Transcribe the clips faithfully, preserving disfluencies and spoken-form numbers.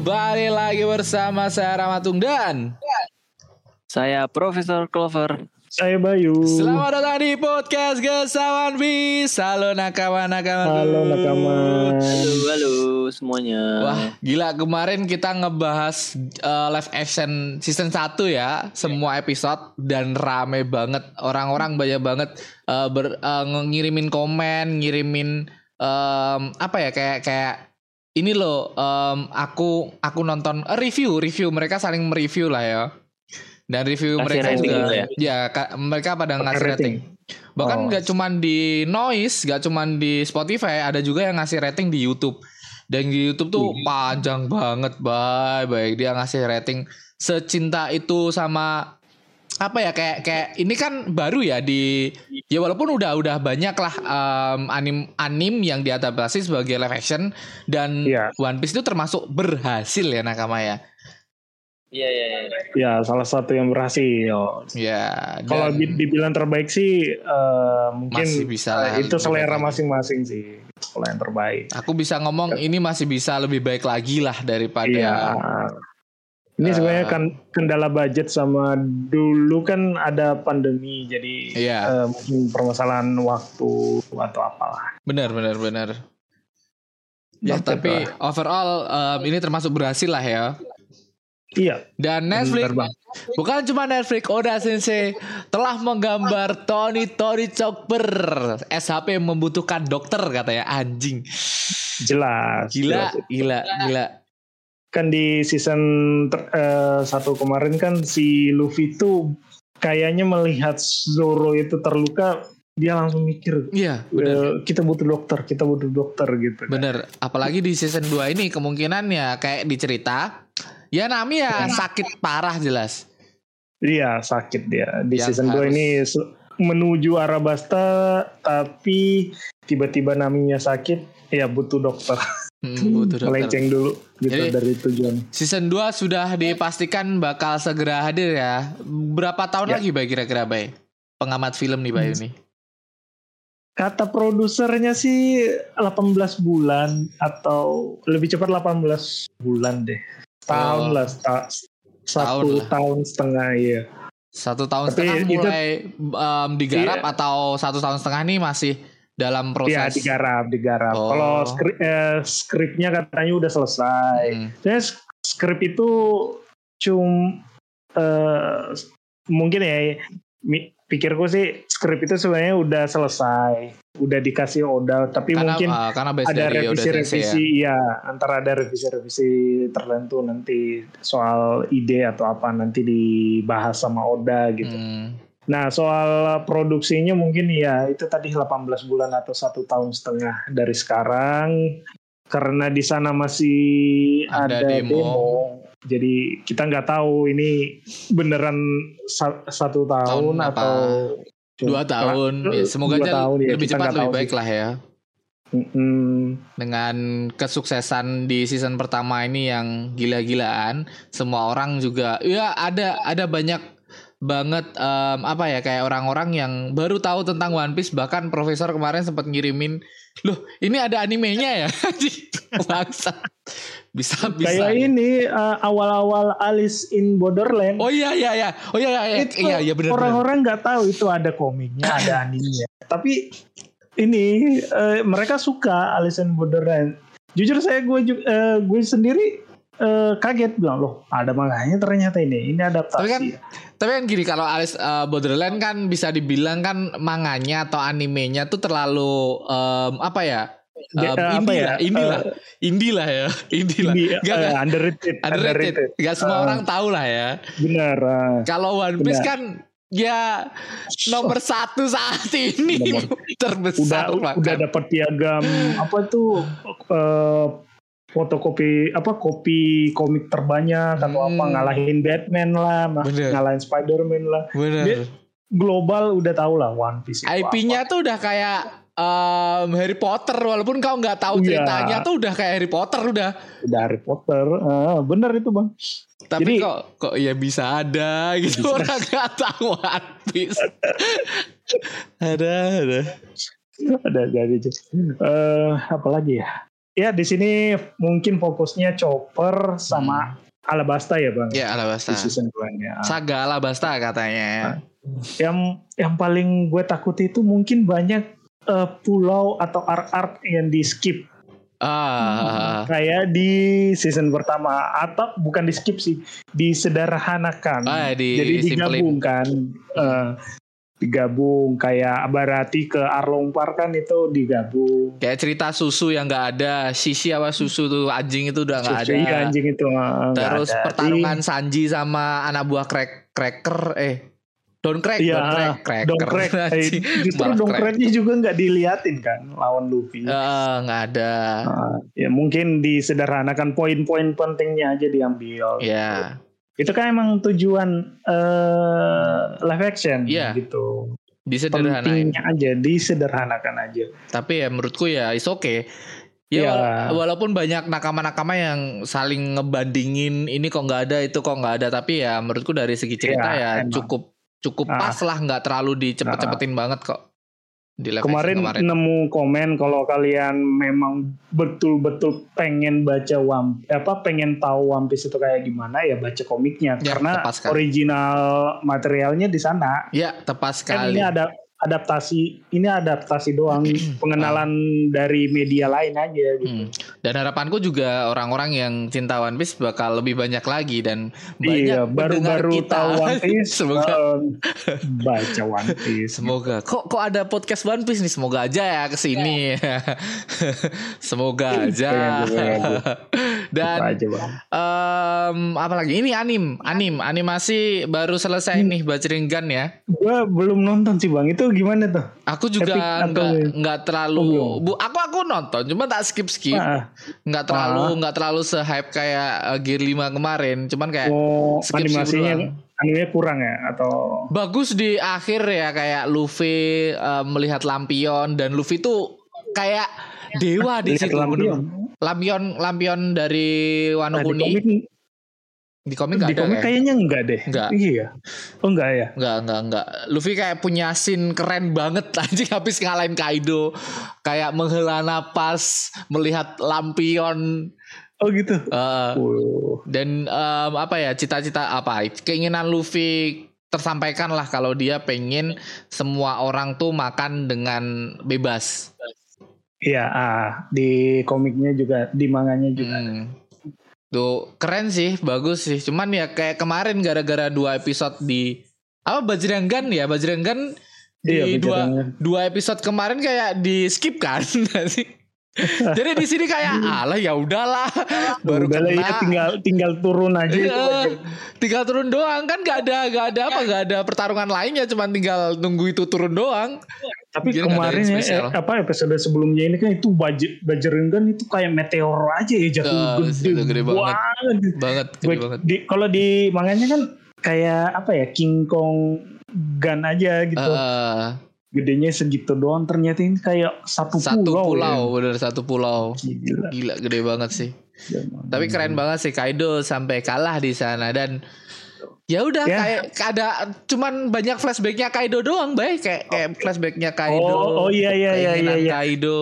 Kembali lagi bersama saya Ramatung dan saya Profesor Clover. Saya Bayu. Selamat datang di podcast Gesawan Bis. Halo nakama-nakama. Halo nakama. Halo, halo semuanya. Wah, gila kemarin kita ngebahas uh, live action season satu ya, semua episode dan rame banget. Orang-orang banyak banget uh, ber, uh, ngirimin komen, ngirimin um, apa ya kayak kayak ini loh, um, aku aku nonton uh, review review mereka saling mereview lah ya. Dan review Kasih mereka rating juga gitu ya? ya ka- mereka pada ngasih rating. rating. Bahkan Oh. nggak cuman di Noise, nggak cuman di Spotify, ada juga yang ngasih rating di YouTube. Dan di YouTube tuh panjang banget, bye baik dia ngasih rating secinta itu sama apa ya kayak kayak ini kan baru ya di ya walaupun udah udah banyak lah um, anim anim yang diadaptasi sebagai live action dan Iya. One Piece itu termasuk berhasil ya nakama ya. Iya iya iya. Ya salah satu yang berhasil. Ya. Kalau dan- di- dibilang terbaik sih eh, mungkin Masih bisa eh, lah, itu lebih selera baik. masing-masing sih. Kalau yang terbaik. Aku bisa ngomong ini masih bisa lebih baik lagi lah daripada Iya. Ini Eh. sebenarnya kan kendala budget sama dulu kan ada pandemi jadi Iya. eh, mungkin permasalahan waktu atau apalah. benar benar benar. Ya Tapi tapi overall um, ini termasuk berhasil lah ya. Iya. Dan Netflix Benar, Bang. bukan cuma Netflix, Oda Sensei telah menggambar Tony Tony Chopper S H P membutuhkan dokter katanya anjing. Jelas. Gila, jelas. gila, gila. Kan di season ter- eh, satu kemarin kan si Luffy tuh kayaknya melihat Zoro itu terluka, dia langsung mikir, Iya, benar. "Eh, kita butuh dokter, kita butuh dokter gitu. Bener, apalagi di season dua ini kemungkinannya kayak dicerita ya Nami ya sakit parah jelas. Iya sakit dia di Yang season dua harus- ini su- menuju Arabasta, tapi tiba-tiba Naminya sakit, ya butuh dokter. Hmm, butuh dokter. Melenceng dulu gitu Jadi- dari tujuan. Season dua sudah dipastikan bakal segera hadir ya. Berapa tahun Ya. lagi Bay kira-kira Bay? Pengamat film nih Bay ini. Kata produsernya sih delapan belas bulan atau lebih cepat delapan belas bulan deh. Tahun Oh. lah, sta- satu Tahun lah. tahun setengah ya. Satu tahun Tapi setengah itu- mulai um, digarap Iya. atau satu tahun setengah nih masih dalam Iya proses. digarap, digarap. Oh. Kalau skri- eh, skripnya katanya udah selesai. Hmm. Saya sk- skrip itu cum eh, mungkin ya mi- pikirku sih skrip itu sebenarnya udah selesai, udah dikasih Oda, tapi Karena mungkin uh, karena base ada dari Oda Sensei ya. revisi-revisi ya. Antara ada revisi-revisi tertentu nanti soal ide atau apa nanti dibahas sama Oda gitu. Hmm. Nah soal produksinya mungkin ya itu tadi delapan belas bulan atau satu tahun setengah dari sekarang, karena di sana masih Ada ada, demo. demo. Jadi kita nggak tahu ini beneran sa- satu tahun, Tahun apa? atau Dua tahun. Ya, semoga dua aja tahun, ya, lebih kita cepat nggak lebih tahu baik sih. lah ya. Mm-mm. Dengan kesuksesan di season pertama ini yang gila-gilaan, semua orang juga ya ada ada banyak banget em, apa ya kayak orang-orang yang baru tahu tentang One Piece. Bahkan Profesor kemarin sempat ngirimin, loh ini ada animenya ya. Bangsa. Bisa bisa. Kayak ini uh, awal-awal Alice in Borderland. Oh iya iya iya. Oh iya iya Itu iya iya benar. orang-orang nggak tahu itu ada komiknya, ada animenya. Tapi ini eh, mereka suka Alice in Borderland. Jujur saya gue ju- eh, gue sendiri eh, kaget bilang loh ada manganya ternyata ini ini adaptasi. Tapi kan Tapi kan gini, kalau Alice uh, Borderland kan bisa dibilang kan manganya atau animenya tuh terlalu um, apa ya? Dia, Um, eh, apa indie ya? lah, indie Eh, lah, indie lah ya, indie lah. Ini, Gak, eh, gak, underrated, underrated. Gak semua Eh, orang tahu lah ya. Benar. eh. Kalau One Piece benar. kan ya nomor satu saat ini Nomor- terbesar. udah bahkan. udah dapat piagam apa tuh eh, fotokopi apa kopi komik terbanyak atau Hmm. apa ngalahin Batman lah, ma- Bener. ngalahin Spider-Man lah. Bener. Dia- Global udah tahu lah One Piece itu I P-nya tuh udah kayak um, Harry Potter, walaupun kau nggak tahu Iya. ceritanya tuh udah kayak Harry Potter udah. apa. Udah Harry Potter. Ah, bener itu bang. Tapi Jadi- kok kok ya bisa ada gitu orang nggak tahu One Piece. ada ada. Ada ada aja. Eh, apa lagi ya? ya di sini mungkin fokusnya Chopper sama hmm. Alabasta ya bang. Ya Alabasta. Di season dua-nya. Saga Alabasta katanya. Nah, yang yang paling gue takuti itu mungkin banyak uh, pulau atau arc-arc yang di skip. Ah, kayak di season pertama atau bukan di skip sih, disederhanakan. Ah, di jadi digabungkan, uh, digabung kayak Barati ke Arlongpar kan itu digabung. Kayak cerita susu yang nggak ada, Sisi apa susu tuh anjing itu udah nggak ada. Iya anjing itu. Uh, Terus ada. pertarungan di... Sanji sama anak buah crack cracker eh. Don't crack, iya, don't crack, cracker. Don't crack. Eh, justru don't cracknya juga nggak diliatin kan lawan Luffy. Uh, nggak ada. Uh, ya mungkin disederhanakan poin-poin pentingnya aja diambil. Iya. Yeah. Itu kan emang tujuan uh, live action yeah. gitu. Disederhanakan aja, disederhanakan aja. Tapi ya menurutku ya it's okay. Ya yeah. Walaupun banyak nakama-nakama yang saling ngebandingin ini kok nggak ada, itu kok nggak ada, tapi ya menurutku dari segi cerita yeah, ya emang. cukup cukup pas ah. lah, nggak terlalu dicepet-cepetin ah. banget kok. Di kemarin, kemarin nemu komen kalau kalian memang betul-betul pengen baca One, apa pengen tahu One Piece itu kayak gimana ya baca komiknya ya, karena original materialnya di sana. Ya tepat sekali. Kan ini ada adaptasi, ini adaptasi doang, pengenalan ah. dari media lain aja gitu. Hmm. Dan harapanku juga orang-orang yang cinta One Piece bakal lebih banyak lagi dan banyak iya, baru-baru tahu One Piece. Semoga um, baca One Piece. Semoga. Kok kok ada podcast One Piece nih? Semoga aja ya kesini. Semoga aja. Dan aja, um, apa lagi? Ini anim, anim, animasi baru selesai hmm. nih Bajrengan ya. Gua belum nonton sih bang. Itu gimana tuh? Aku juga nggak nggak terlalu oh, bu, aku aku nonton cuma tak skip skip nggak ah. terlalu nggak ah. terlalu se-hype kayak uh, Gear lima kemarin, cuman kayak oh, animasinya animenya kurang ya atau bagus di akhir ya, kayak Luffy uh, melihat lampion dan Luffy tuh kayak dewa di situ. Lampion. lampion lampion dari Wano Kuni. Nah, di komik nggak ada komik kayak. Kayaknya enggak deh. Enggak. Iya. Oh enggak ya? Enggak, enggak, enggak. Luffy kayak punya scene keren banget anjing habis ngalahin Kaido. Kayak menghela napas melihat lampion. Oh gitu. Uh, oh. Dan um, apa ya, cita-cita apa? Keinginan Luffy tersampaikan lah kalau dia pengen semua orang tuh makan dengan bebas. Iya, ah, di komiknya juga, di manganya juga. Hmm. Tuh keren sih, bagus sih. Cuman ya kayak kemarin gara-gara dua episode di apa Bajrengan ya, Bajrengan di iya, dua dua episode kemarin kayak di skip kan sih. Jadi di sini kayak alah ya udahlah, baru kena ya, tinggal tinggal turun aja. Iya, tinggal turun doang kan, nggak ada nggak ada apa nggak ada pertarungan lainnya, cuman tinggal nunggu itu turun doang. Tapi jadi kemarin ya eh, apa episode sebelumnya ini kan itu Bajrengan itu kayak meteor aja ya, jatuh uh, gede, gede banget. Banget, gede Be- banget. Di, kalau di manganya kan kayak apa ya, King Kong gun aja gitu. Uh, Gedenya segitu doang, ternyata ini kayak satu, satu pulau. pulau, ya. bener satu pulau. Gila, Gila gede banget sih. Jangan. Tapi keren banget sih Kaido sampai kalah di sana, dan ya udah ya. Kayak ada cuman banyak flashbacknya Kaido doang, baik kayak kayak flashbacknya Kaido. Oh, oh iya iya iya iya, iya. Kaido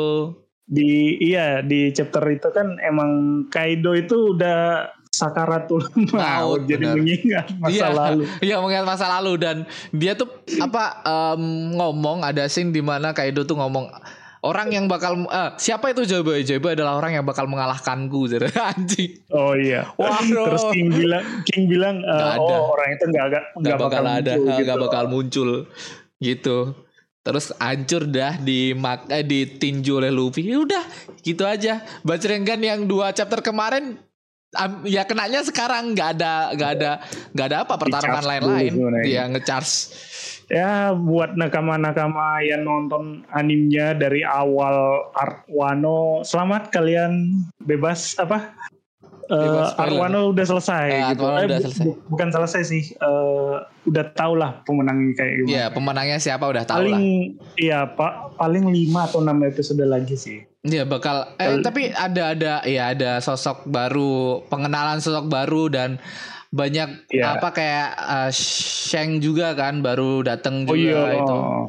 di iya di chapter itu kan emang Kaido itu udah sakaratul maut, jadi mengingat masa iya, lalu. Iya, mengingat masa lalu, dan dia tuh apa um, ngomong, ada scene di mana Kaido tuh ngomong orang yang bakal uh, siapa itu Joyboy Joyboy adalah orang yang bakal mengalahkanku, jadi anjing. Oh iya. Wah, terus King bilang King bilang uh, oh orang itu nggak nggak bakal, bakal ada, nggak gitu. bakal muncul gitu. Terus hancur dah di mak eh, ditinju oleh Luffy. Ya udah, gitu aja. Bajrengan yang dua chapter kemarin um, ya kenanya sekarang nggak ada nggak ada nggak ada apa pertarungan lain-lain. Dia ngecharge. Ya buat nakama-nakama yang nonton animenya dari awal Arc Wano, selamat kalian bebas apa? Uh, Arc Wano udah selesai uh, gitu. Eh, udah selesai. Bu- bukan selesai sih. Uh, udah tau lah pemenangnya kayak gimana. Iya, pemenangnya siapa udah tahu paling, lah. Iya, Pak, paling lima atau enam episode lagi sih. Iya, bakal eh Kali. Tapi ada ada ya ada sosok baru, pengenalan sosok baru, dan banyak yeah. apa kayak uh, Shang juga kan baru datang juga. Oh, iya. Itu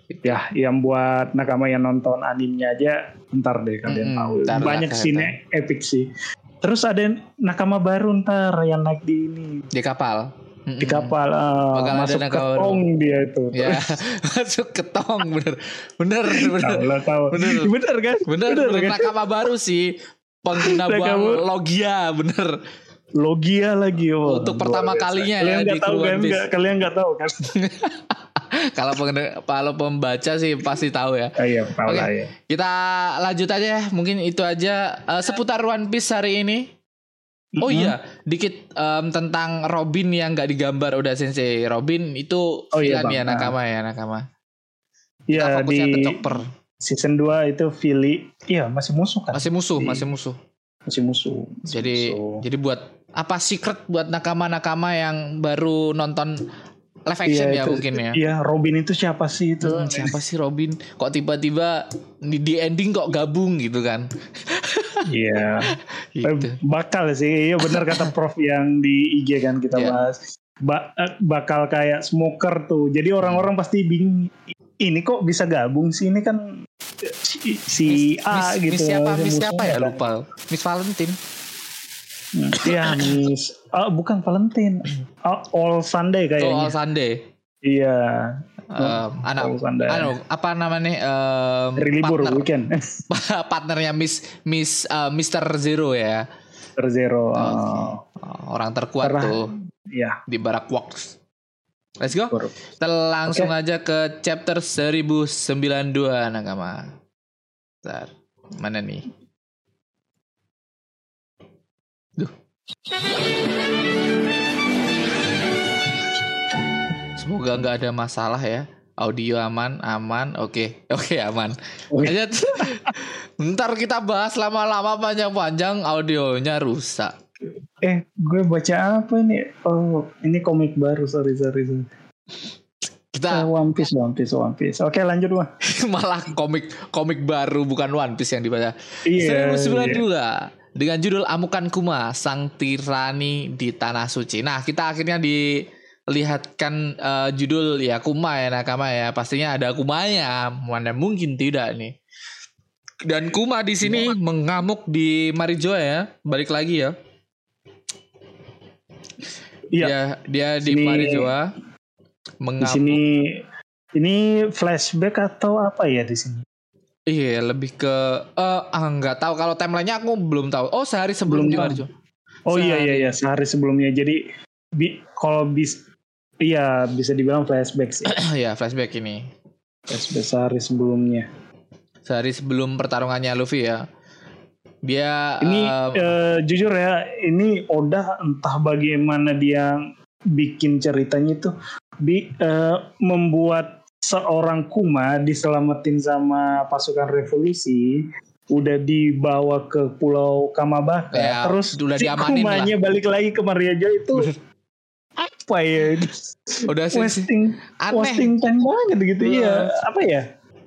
Ya, yang buat nakama yang nonton animenya aja, ntar deh kalian Mm-mm, tahu. ntar lah, Banyak ntar. scene epic sih. Terus ada nakama baru ntar yang naik di ini Di kapal. di kapal uh, Bakal ada masuk ke nakama baru. tong dia itu. Ya, masuk ke tong bener. Bener, bener. Tahu lah tahu. Bener. Bener kan? Bener, bener kan? nakama baru sih. Pengguna Nakama- buang Logia, bener. Logia lagi oh. Untuk pertama Luar biasa. kalinya kalian ya nggak di tahu One kan? Piece. Nggak- kalian nggak tahu kan? Kalau pengen- kalau pembaca sih pasti tahu ya. Ah, iya, tahu Oke, lah ya. kita lanjut aja ya. Mungkin itu aja eh, seputar One Piece hari ini. Oh Mm-mm. iya, dikit em, tentang Robin yang nggak digambar udah Sensei. Robin itu Oh iya, villain Bang. ya nakama ya nakama. Kita Iya fokusnya ke di Chopper. season dua itu Philly, iya masih musuh kan? Masih musuh, Di- masih musuh. Masih musuh. Masih Jadi musuh. jadi buat apa secret buat nakama-nakama yang baru nonton live action Iya, ya itu- mungkin ya. Iya, Robin itu siapa sih itu? Hmm, siapa sih Robin? Kok tiba-tiba di, di ending kok gabung gitu kan? Iya. Gitu. Eh, bakal sih, iya benar kata Prof yang di I G kan kita Iya. bahas. Ba- eh, bakal kayak smoker tuh. Jadi orang-orang pasti bingung. Ini kok bisa gabung sih? Ini kan si, si A Miss, gitu. Miss siapa? Miss musuhnya siapa ya kan. lupa. Miss Valentine. Hmm, Iya, Miss. Oh, bukan Valentine. Oh, All Sunday Oh, kayaknya. All Sunday. Iya. Um, anak, All Sunday. anu, apa namanya? Um, Hari libur partner, weekend. partnernya Miss Miss uh, Mister Zero ya. Zero. Oh, Oh, Oh, orang terkuat Karena- tuh Iya. di Barak Works. Let's go. Baru. Kita langsung Oke. aja ke chapter seribu sembilan puluh dua nakama. Bentar, mana nih? Duh. Semoga nggak ada masalah ya. Audio aman, aman. Oke, oke aman. Oke. Aja. Ntar kita bahas lama-lama panjang-panjang audionya rusak. Eh, gue baca apa ini? Oh, ini komik baru. Sorry, sorry. sorry. Eh, Kita One Piece, One Piece, One Piece. Oke, lanjut mah. malah komik komik baru bukan One Piece yang dibaca. Iya. seribu sembilan ratus sembilan puluh dua dengan judul Amukan Kuma, Sang Tirani di Tanah Suci. Nah, kita akhirnya dilihatkan eh, judul ya Kuma ya nakama ya. Pastinya ada Kumanya, mana mungkin tidak nih. Dan Kuma di sini mengamuk di Marijoa ya, balik lagi ya. Iya. Dia dia di Sini- Marijoa Di mengamuk. sini ini flashback atau apa ya di sini? Iya, lebih ke eh ah nggak tahu kalau timelinenya aku belum tahu. Oh, sehari sebelum Belum di tahu. Marijoa. Oh iya Sehari. iya iya sehari sebelumnya. Jadi bi, kalau bis iya bisa dibilang flashback sih. Ya, flashback ini. Flashback sehari sebelumnya. Sehari sebelum pertarungannya Luffy ya. Dia Ini eh, eh, jujur ya, ini Oda entah bagaimana dia bikin ceritanya itu bi, eh, membuat seorang Kuma diselamatin sama pasukan revolusi, udah dibawa ke Pulau Kamabaka, Ya, terus udah si diamanin Kumanya balik lagi ke Mariajo itu apa ya? udah sih wasting aneh. wasting time banget gitu ya. Apa ya?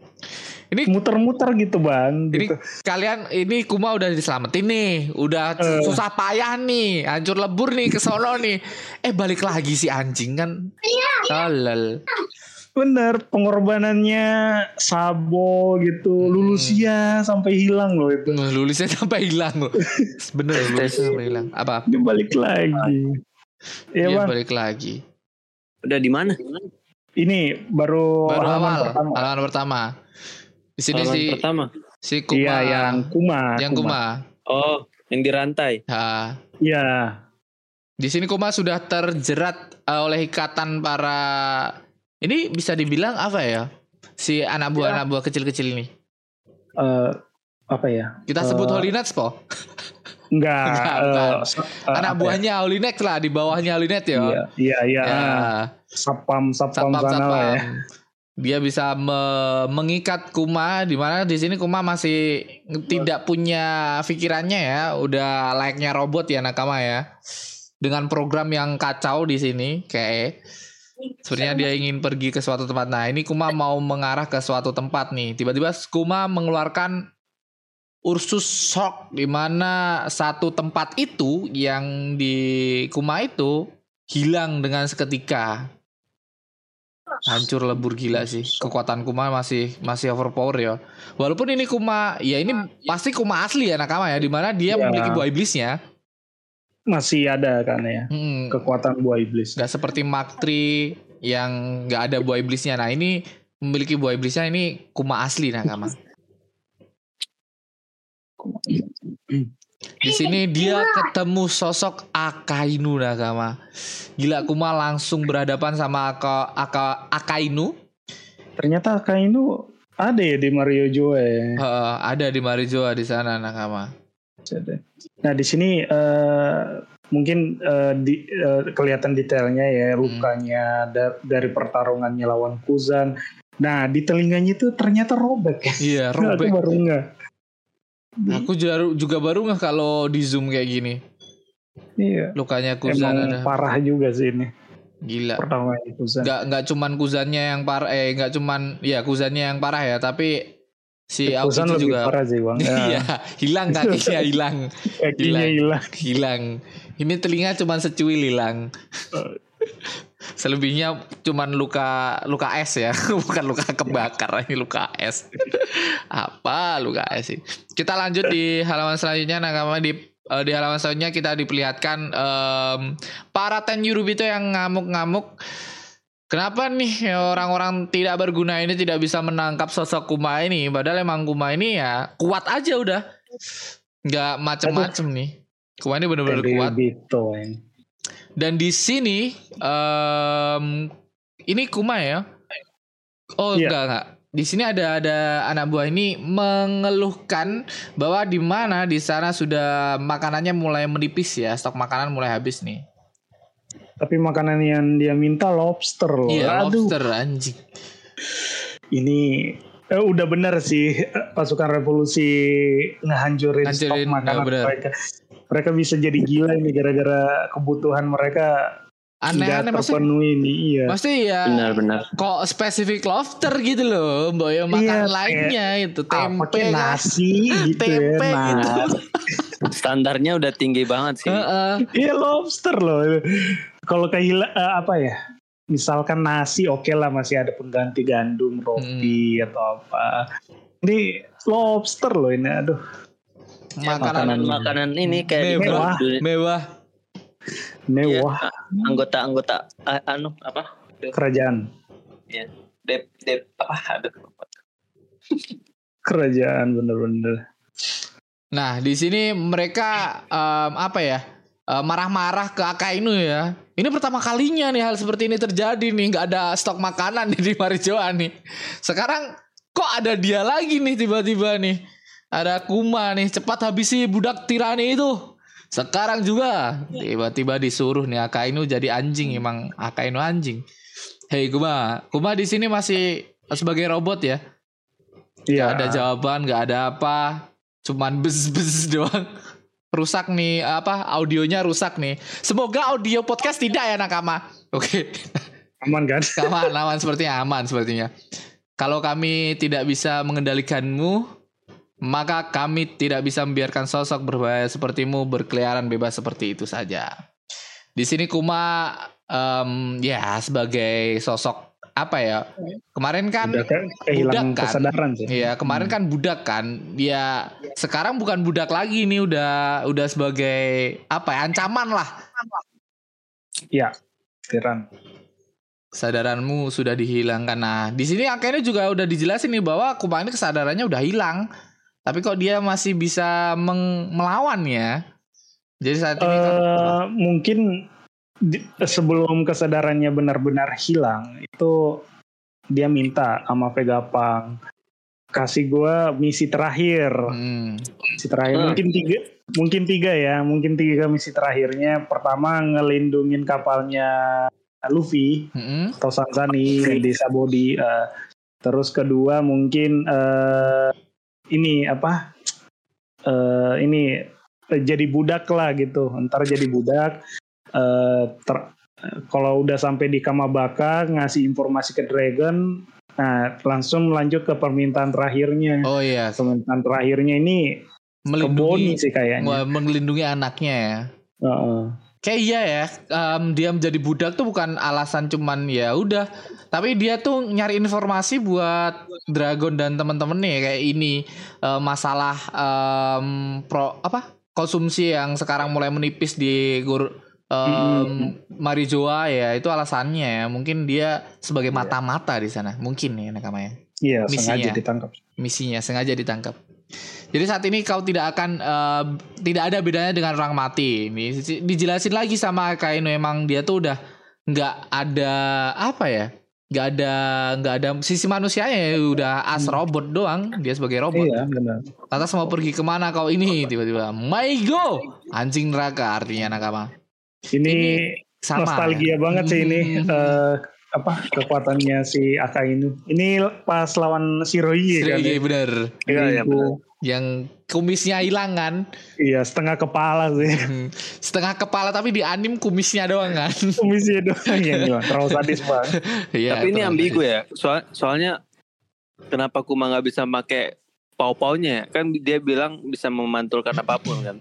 Ini Muter-muter gitu bang. ini Gitu. kalian ini Kuma udah diselamatin nih, udah Eh. susah payah nih, hancur lebur nih ke sono nih. Eh balik lagi si anjing kan. Tolol. Bener, pengorbanannya Sabo gitu, Hmm. Lulusia sampai hilang loh itu. Lulisnya sampai hilang loh. Bener lulisnya sampai hilang. Apa? Dia balik lagi. Iya Dia bang, balik lagi. Udah di mana? ini baru, Baru halaman awal, pertama. halaman pertama. Di sini Halaman si pertama. si Kuma. Iya, yang Kuma. yang Kuma. Oh, yang di rantai. Ha. Iya, Di sini Kuma sudah terjerat eh, oleh ikatan para ini bisa dibilang apa ya? Si anak buah anak buah kecil-kecil ini. eh, apa ya? Kita sebut Eh, Holy Knights po. Enggak. Enggak, eh, bukan. se- eh, Anak apa ya? buahnya Holy Knights lah, di bawahnya Holy Knights ya. Iya, iya, iya. Ya. Sapam, sapam, Satpam sana lah ya. satpam. Dia bisa me- mengikat Kuma, di mana di sini Kuma masih tidak punya pikirannya ya, udah layaknya robot ya nakama ya. Dengan program yang kacau di sini kayak sebenarnya dia ingin pergi ke suatu tempat. Nah, ini Kuma mau mengarah ke suatu tempat nih. Tiba-tiba Kuma mengeluarkan Ursus Shock, di mana satu tempat itu yang di Kuma itu hilang dengan seketika. hancur lebur gila sih. Kekuatan Kuma masih masih overpower ya. Walaupun ini Kuma, ya ini pasti Kuma asli ya nakama ya, dimana dia Ya. memiliki buah iblisnya. Masih ada kan ya Hmm, kekuatan buah iblis. gak seperti Mark tiga yang gak ada buah iblisnya. Nah ini memiliki buah iblisnya, ini Kuma asli nakama. Di sini dia ketemu sosok Akainu nakama. Gila, Kuma langsung berhadapan sama Aka, Aka, Akainu. Ternyata Akainu ada ya di Mario Joe. Uh, ada di Marijoa di sana nakama. Nah di sini uh, mungkin uh, di, uh, kelihatan detailnya ya lukanya da- dari pertarungannya lawan Kuzan. Nah di telinganya itu ternyata robek. Iya, Aku robek. baru nggak. Aku jaru- juga baru nggak kalau di zoom kayak gini. Iya. Lukanya Kuzan Emang ada. parah juga sih ini Gila. pertarungan Kuzan. Nggak nggak cuman Kuzannya yang parah, eh nggak cuman ya Kuzannya yang parah ya, tapi si Kuzan Aokichi lebih juga. parah sih bang. Iya, hilang kakinya hilang. Kakinya hilang. Hilang. Ini telinga cuman secuil hilang. Selebihnya cuman luka luka es ya, bukan luka kebakar, ini luka es. Apa luka es sih? Kita lanjut di halaman selanjutnya nakama. Di uh, di halaman selanjutnya kita diperlihatkan um, para Tenryubito yang ngamuk-ngamuk. Kenapa nih orang-orang tidak berguna ini tidak bisa menangkap sosok Kuma ini? Padahal emang Kuma ini ya kuat aja udah, nggak macem-macem nih. Kuma ini benar-benar kuat. Tenryubito ini. Dan di sini um, ini Kuma ya. Oh Iya. enggak enggak. Di sini ada ada anak buah ini mengeluhkan bahwa di mana di sana sudah makanannya mulai menipis ya, stok makanan mulai habis nih. Tapi makanan yang dia minta lobster loh. Iya, Aduh. lobster anjing. Ini eh, udah benar sih pasukan revolusi ngehancurin stok Hancurin, makanan ya benar. mereka. Mereka bisa jadi gila ini gara-gara kebutuhan mereka Aneh-aneh nggak maksudnya. terpenuhi nih. Iya. Maksudnya ya Benar-benar. kok spesifik lobster gitu loh, Mbak ya makan Iya, lainnya itu Apa tempe kayak kan. nasi gitu Tempe ya. gitu. Nasi. Standarnya udah tinggi banget sih. Heeh. Iya lobster loh. Kalau kayak eh, apa ya? Misalkan nasi oke lah masih ada pengganti gandum, roti atau apa. Ini lobster loh ini. Aduh. Makanan Makanan ini kayak di mewah, dunia- mewah. Mewah Iya, anggota-anggota ah, anu apa? kerajaan. Ya. Dep dep apa ada Kerajaan bener-bener. Nah, di sini mereka em, apa ya? eh, marah-marah ke Akainu ya. Ini pertama kalinya nih hal seperti ini terjadi nih, nggak ada stok makanan nih di Marijoa nih. Sekarang kok ada dia lagi nih tiba-tiba nih. Ada Kuma nih, cepat habisi budak tirani itu. Sekarang juga tiba-tiba disuruh nih Akainu jadi anjing, emang Akainu anjing. Hei Kuma, Kuma di sini masih sebagai robot ya. Iya. Gak ada jawaban, gak ada apa, cuman bes-bes doang. Rusak nih, apa audionya rusak nih. Semoga audio podcast tidak ya nakama. Oke, Aman kan? aman, aman sepertinya aman sepertinya. Kalau kami tidak bisa mengendalikanmu, maka kami tidak bisa membiarkan sosok berbahaya sepertimu berkeliaran bebas seperti itu saja. Di sini Kuma, em, ya sebagai sosok apa ya? Kemarin kan Udah kan kehilangan budak kan? kesadaran sih. Iya, kemarin kan budak kan. Dia sekarang bukan budak lagi nih, udah udah sebagai apa ya? Ancaman lah. Iya. Tiran. Kesadaranmu sudah dihilangkan. Nah, di sini akhirnya juga udah dijelasin nih bahwa Kuma ini kesadarannya udah hilang. Tapi kok dia masih bisa meng- melawan ya? Jadi saat ini kan, Eh, mungkin di- sebelum kesadarannya benar-benar hilang itu dia minta sama Vegapunk kasih gua misi terakhir. hmm, Misi terakhir Hmm. mungkin tiga, mungkin tiga ya, mungkin tiga misi terakhirnya. Pertama ngelindungin kapalnya Luffy hmm, atau Sansani di desa Bodi. Eh, terus kedua mungkin eh, ini apa? Eh, ini eh, jadi budak lah gitu. Ntar jadi budak. Eh, ter- kalau udah sampai di Kamabaka ngasih informasi ke Dragon. Nah langsung lanjut ke permintaan terakhirnya. oh iya, Permintaan terakhirnya ini ke Boni melindungi sih kayaknya. melindungi anaknya ya. Heeh. kayak iya ya, um, dia menjadi budak tuh bukan alasan cuman ya udah, tapi dia tuh nyari informasi buat Dragon dan temen-temennya kayak ini uh, masalah um, pro apa konsumsi yang sekarang mulai menipis di gur, um, Marijoa ya, itu alasannya ya. Mungkin dia sebagai mata-mata di sana, mungkin ya nakamanya. Iya, Misinya. sengaja ditangkap. Misinya sengaja ditangkap. Jadi saat ini kau tidak akan uh, tidak ada bedanya dengan orang mati. Ini dijelasin lagi sama Akainu, emang dia tuh udah nggak ada apa ya, nggak ada nggak ada sisi manusianya ya, udah as robot doang dia sebagai robot. Iya benar. Lantas mau pergi kemana kau ini tiba-tiba? Maigo anjing neraka artinya nakama. Ini, Ini sama, nostalgia ya? banget sih ini. Hmm. Uh, apa kekuatannya si Akainu. Ini pas lawan Shirohige kan. Shirohige ya? bener. Iya, iya, bener. Yang kumisnya hilang kan. Iya, setengah kepala sih. Setengah kepala tapi di anim kumisnya doang kan. Kumisnya doang yang hilang. Terlalu sadis banget. Iya, Tapi ini terus. ambigu ya. Soal, soalnya kenapa Kuma nggak bisa pakai pau-paunya? Kan dia bilang bisa memantulkan apapun kan.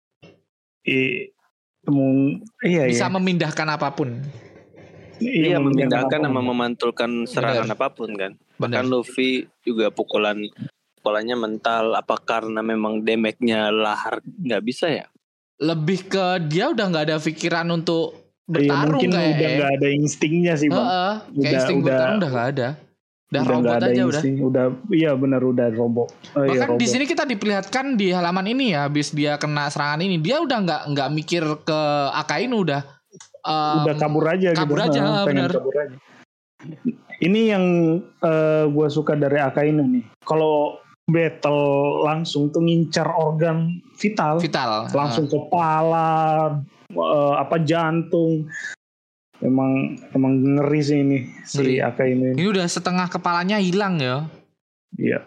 I, temu, iya Bisa iya. memindahkan apapun. Iya, memindahkan apapun. sama memantulkan serangan Bener. apapun kan. Bener. Bahkan Luffy juga pukulan pukulannya mental. Apa karena memang damage-nya lahar nggak bisa ya? Lebih ke dia udah nggak ada pikiran untuk Iya, bertarung mungkin kayak. udah nggak ada instingnya sih bang. Heeh, kayak Udah- insting udah- bertarung udah nggak ada. Udah, nggak robot ada aja udah. insting. Udah iya benar udah robot. Oh, iya, Bahkan di robot. sini kita diperlihatkan di halaman ini ya, habis dia kena serangan ini, dia udah nggak nggak mikir ke Akainu, udah um, udah kabur aja kabur gitu. aja, Nah, pengen bener. kabur aja. Ini yang gue suka dari Akainu nih. Kalau battle langsung tuh ngincar organ vital, vital. langsung kepala, eh, apa jantung. Emang emang ngeri sih ini Ngeri. si Akainu Uh, ini. ini udah setengah kepalanya hilang ya. Iya.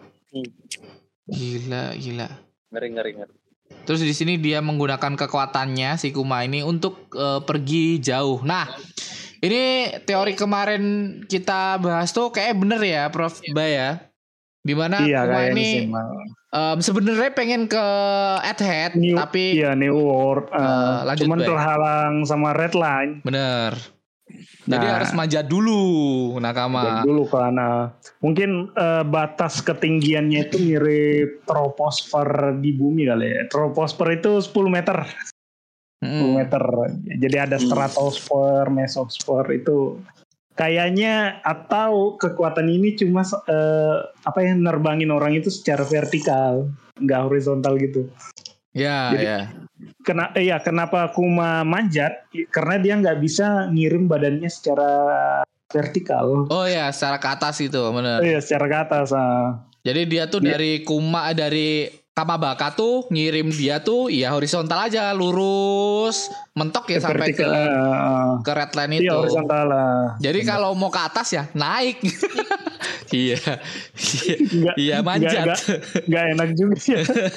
Gila, gila. Ngeri ngeri ngeri. Terus di sini dia menggunakan kekuatannya si Kuma ini untuk eh, pergi jauh. Nah, ini teori kemarin kita bahas tuh kayak bener ya, Prof Baya. Dimana Iya Kuma kayaknya ini sih. Bang. em, sebenarnya pengen ke Egghead, New, tapi iya New World. eh, Eh, lanjut, cuman Bay. terhalang sama Red Line. bener. Jadi Nah. harus manjat dulu nakama. Dari dulu karena mungkin eh, batas ketinggiannya itu mirip troposfer di bumi kali ya. Troposfer itu sepuluh meter, Mm. sepuluh meter. Jadi ada stratosfer, mesosfer itu kayaknya, atau kekuatan ini cuma eh, apa ya, nerbangin orang itu secara vertikal, nggak horizontal gitu. Ya, Jadi- ya. Kena, iya kenapa Kuma manjat? Karena dia nggak bisa ngirim badannya secara vertikal. Oh ya, secara ke atas itu, bener. Iya, secara ke atas. ah. Jadi dia tuh Dia- dari Kuma dari Kamabaka tuh ngirim dia tuh ya horizontal aja, lurus, mentok ya sampai ke Vertikal, ah, ke red line iya itu. horizontal lah. Jadi kalau mau ke atas ya naik. Iya. Iya. Nggak- Iya manjat. nggak- nggak enak juga ya.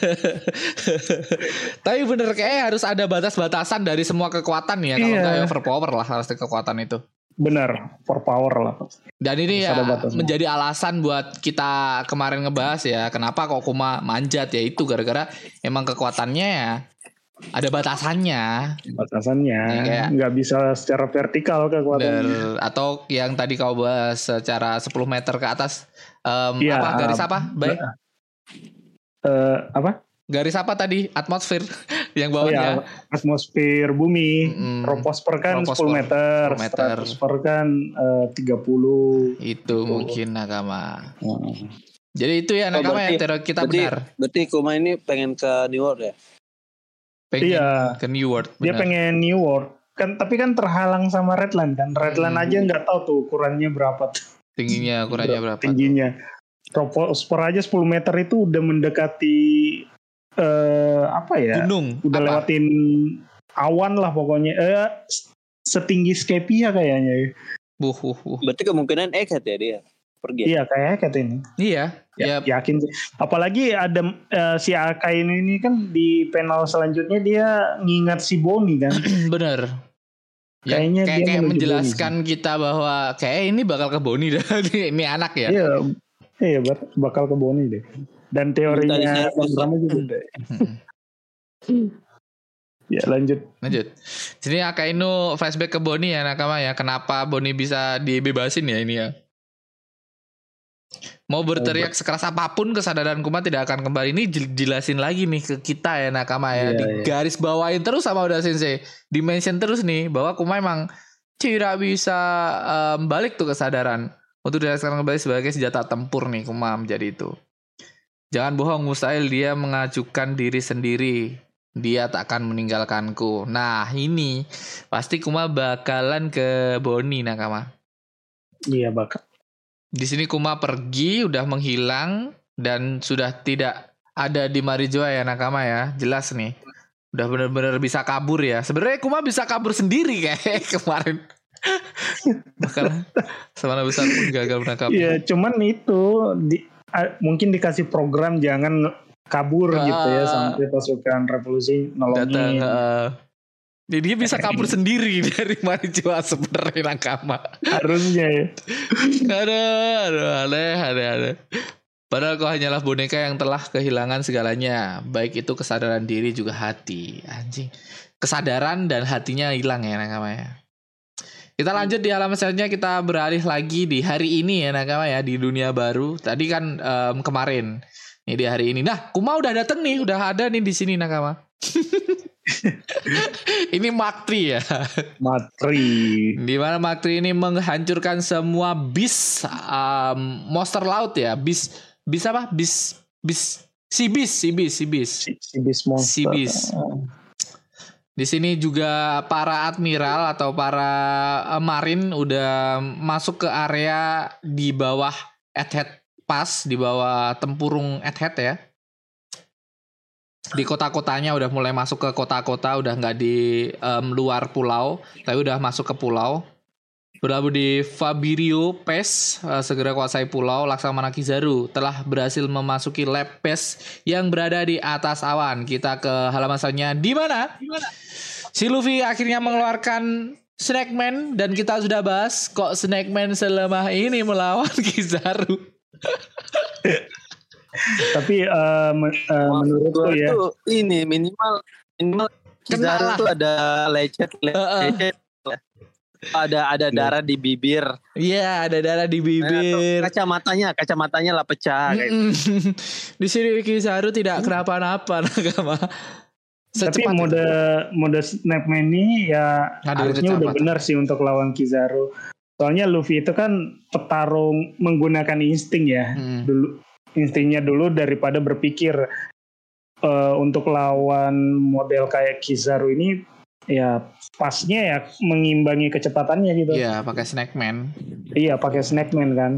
Tapi bener kayaknya harus ada batas-batasan dari semua kekuatan ya. Kalau Iya. nggak overpower lah harus kekuatan itu. Benar, for power lah. Dan ini Harus ya ada batasnya. menjadi alasan buat kita kemarin ngebahas ya, kenapa kok Kuma manjat ya, itu gara-gara emang kekuatannya ya ada batasannya. Batasannya Ya, kayak- nggak bisa secara vertikal kekuatannya. Bener. Atau yang tadi kau bahas secara sepuluh meter ke atas, em, Iya, apa garis apa? Baik. Eh, apa? Garis apa tadi? Atmosfer yang Oh bawahnya. ya, atmosfer bumi. Mm-mm. Troposfer kan Troposfer, sepuluh meter, sepuluh meter. stratosfer kan eh, tiga puluh. Itu mungkin nakama. Hmm. Jadi itu ya Oh, nakama berarti- yang teori kita berarti, benar. berarti Kuma ini pengen ke New World ya? Pengen Iya. ke New World. Dia benar. pengen New World kan, tapi kan terhalang sama Redline kan. Redline Hmm. aja nggak tahu tuh ukurannya berapa tuh, Tingginya ukurannya berapa? tuh? tingginya. Troposfer aja sepuluh meter itu udah mendekati eh apa ya? Gunung. Udah apa? lewatin awan lah pokoknya. Eh setinggi Skypia kayaknya. Buh, buh, buh. Berarti kemungkinan Egghead ya dia pergi. Ya? Iya kayaknya kata ini. Iya. Ya, Ya, yakin sih. Apalagi ada eh, si Akainu ini kan di panel selanjutnya dia ngingat si Bonnie kan. bener. Ya, Kayaknya kayak, dia kayak menuju menjelaskan kita bahwa kayak ini bakal ke Bonnie dah. ini, ini anak ya. Iya, iya bat- bakal ke Bonnie deh. Dan Tadi teorinya saya- Bang Rama juga deh. Hmm. Ya lanjut. Lanjut. Jadi Akainu flashback ke Bonnie ya nakama ya. Kenapa Bonnie bisa dibebasin ya ini ya. Mau berteriak sekeras apapun kesadaran Kuma tidak akan kembali. Ini jelasin lagi nih ke kita ya nakama ya. Iya, Di iya. garis bawain terus sama Oda Sensei. Dimension terus nih bahwa Kuma emang tidak bisa um, balik tuh kesadaran. Untuk dirasakan kembali sebagai senjata tempur nih Kuma menjadi itu. Jangan bohong, mustahil dia mengajukan diri sendiri. Dia tak akan meninggalkanku. Nah ini pasti Kuma bakalan ke Bonnie nakama. Iya bakal. Di sini Kuma pergi, udah menghilang dan sudah tidak ada di Marijoa ya nakama ya. Jelas nih. Udah bener-bener bisa kabur ya. Sebenarnya Kuma bisa kabur sendiri kayak kemarin. Bakal Semana Besar pun gagal menangkap. Iya, cuman itu di, a- mungkin dikasih program jangan kabur Ah. gitu ya sampai pasukan revolusi Datang. nolongin. Uh, jadi dia bisa kabur sendiri dari Marijoa sebenarnya nakama. Harusnya ya. Aduh, aduh, aneh, aneh, aneh. Padahal kau hanyalah boneka yang telah kehilangan segalanya. Baik itu kesadaran diri juga hati. Anjing. Kesadaran dan hatinya hilang ya nakama ya. Kita lanjut di halaman selanjutnya. Kita beralih lagi di hari ini ya nakama ya. Di dunia baru. Tadi kan em, kemarin. Ini di hari ini. Nah Kuma udah dateng nih. Udah ada nih di sini nakama. Ini Maktri ya. Matri. Di mana Maktri ini menghancurkan semua bis um, monster laut ya. Bis bis apa? Bis bis si bis, si bis, si bis. Si, si bis monster. Si bis. Di sini juga para admiral atau para uh, marin udah masuk ke area di bawah Egghead Pass, di bawah tempurung Egghead ya. Di kota-kotanya udah mulai masuk ke kota-kota, udah nggak di um, luar pulau, tapi udah masuk ke pulau. Berlabuh di Fabirio Pass, uh, segera kuasai pulau. Laksamana Kizaru telah berhasil memasuki lab base yang berada di atas awan. Kita ke halaman selanjutnya. Di mana? Si Luffy akhirnya mengeluarkan Snakeman dan kita sudah bahas kok Snakeman selemah ini melawan Kizaru. Tapi uh, men- uh, menurutku Gua ya. tuh ini minimal minimal Kena Kizaru lah. tuh ada lecet Heeh. lecet. Ada ada darah di bibir. Iya, ada darah di Nah, tuh bibir. kacamatanya, kacamatanya lah pecah. kayak gitu. Mm-mm. Di sini Kizaru tidak kenapa-napa nakama. Tapi Secepat itu. mode mode Snapman ini ya Ngadil harusnya udah kecepatan. benar sih untuk lawan Kizaru. Soalnya Luffy itu kan petarung menggunakan insting ya. Mm. Dulu instingnya dulu daripada berpikir eh, untuk lawan model kayak Kizaru ini ya pasnya ya mengimbangi kecepatannya gitu. Iya, pakai Snakeman. Iya pakai Snakeman kan.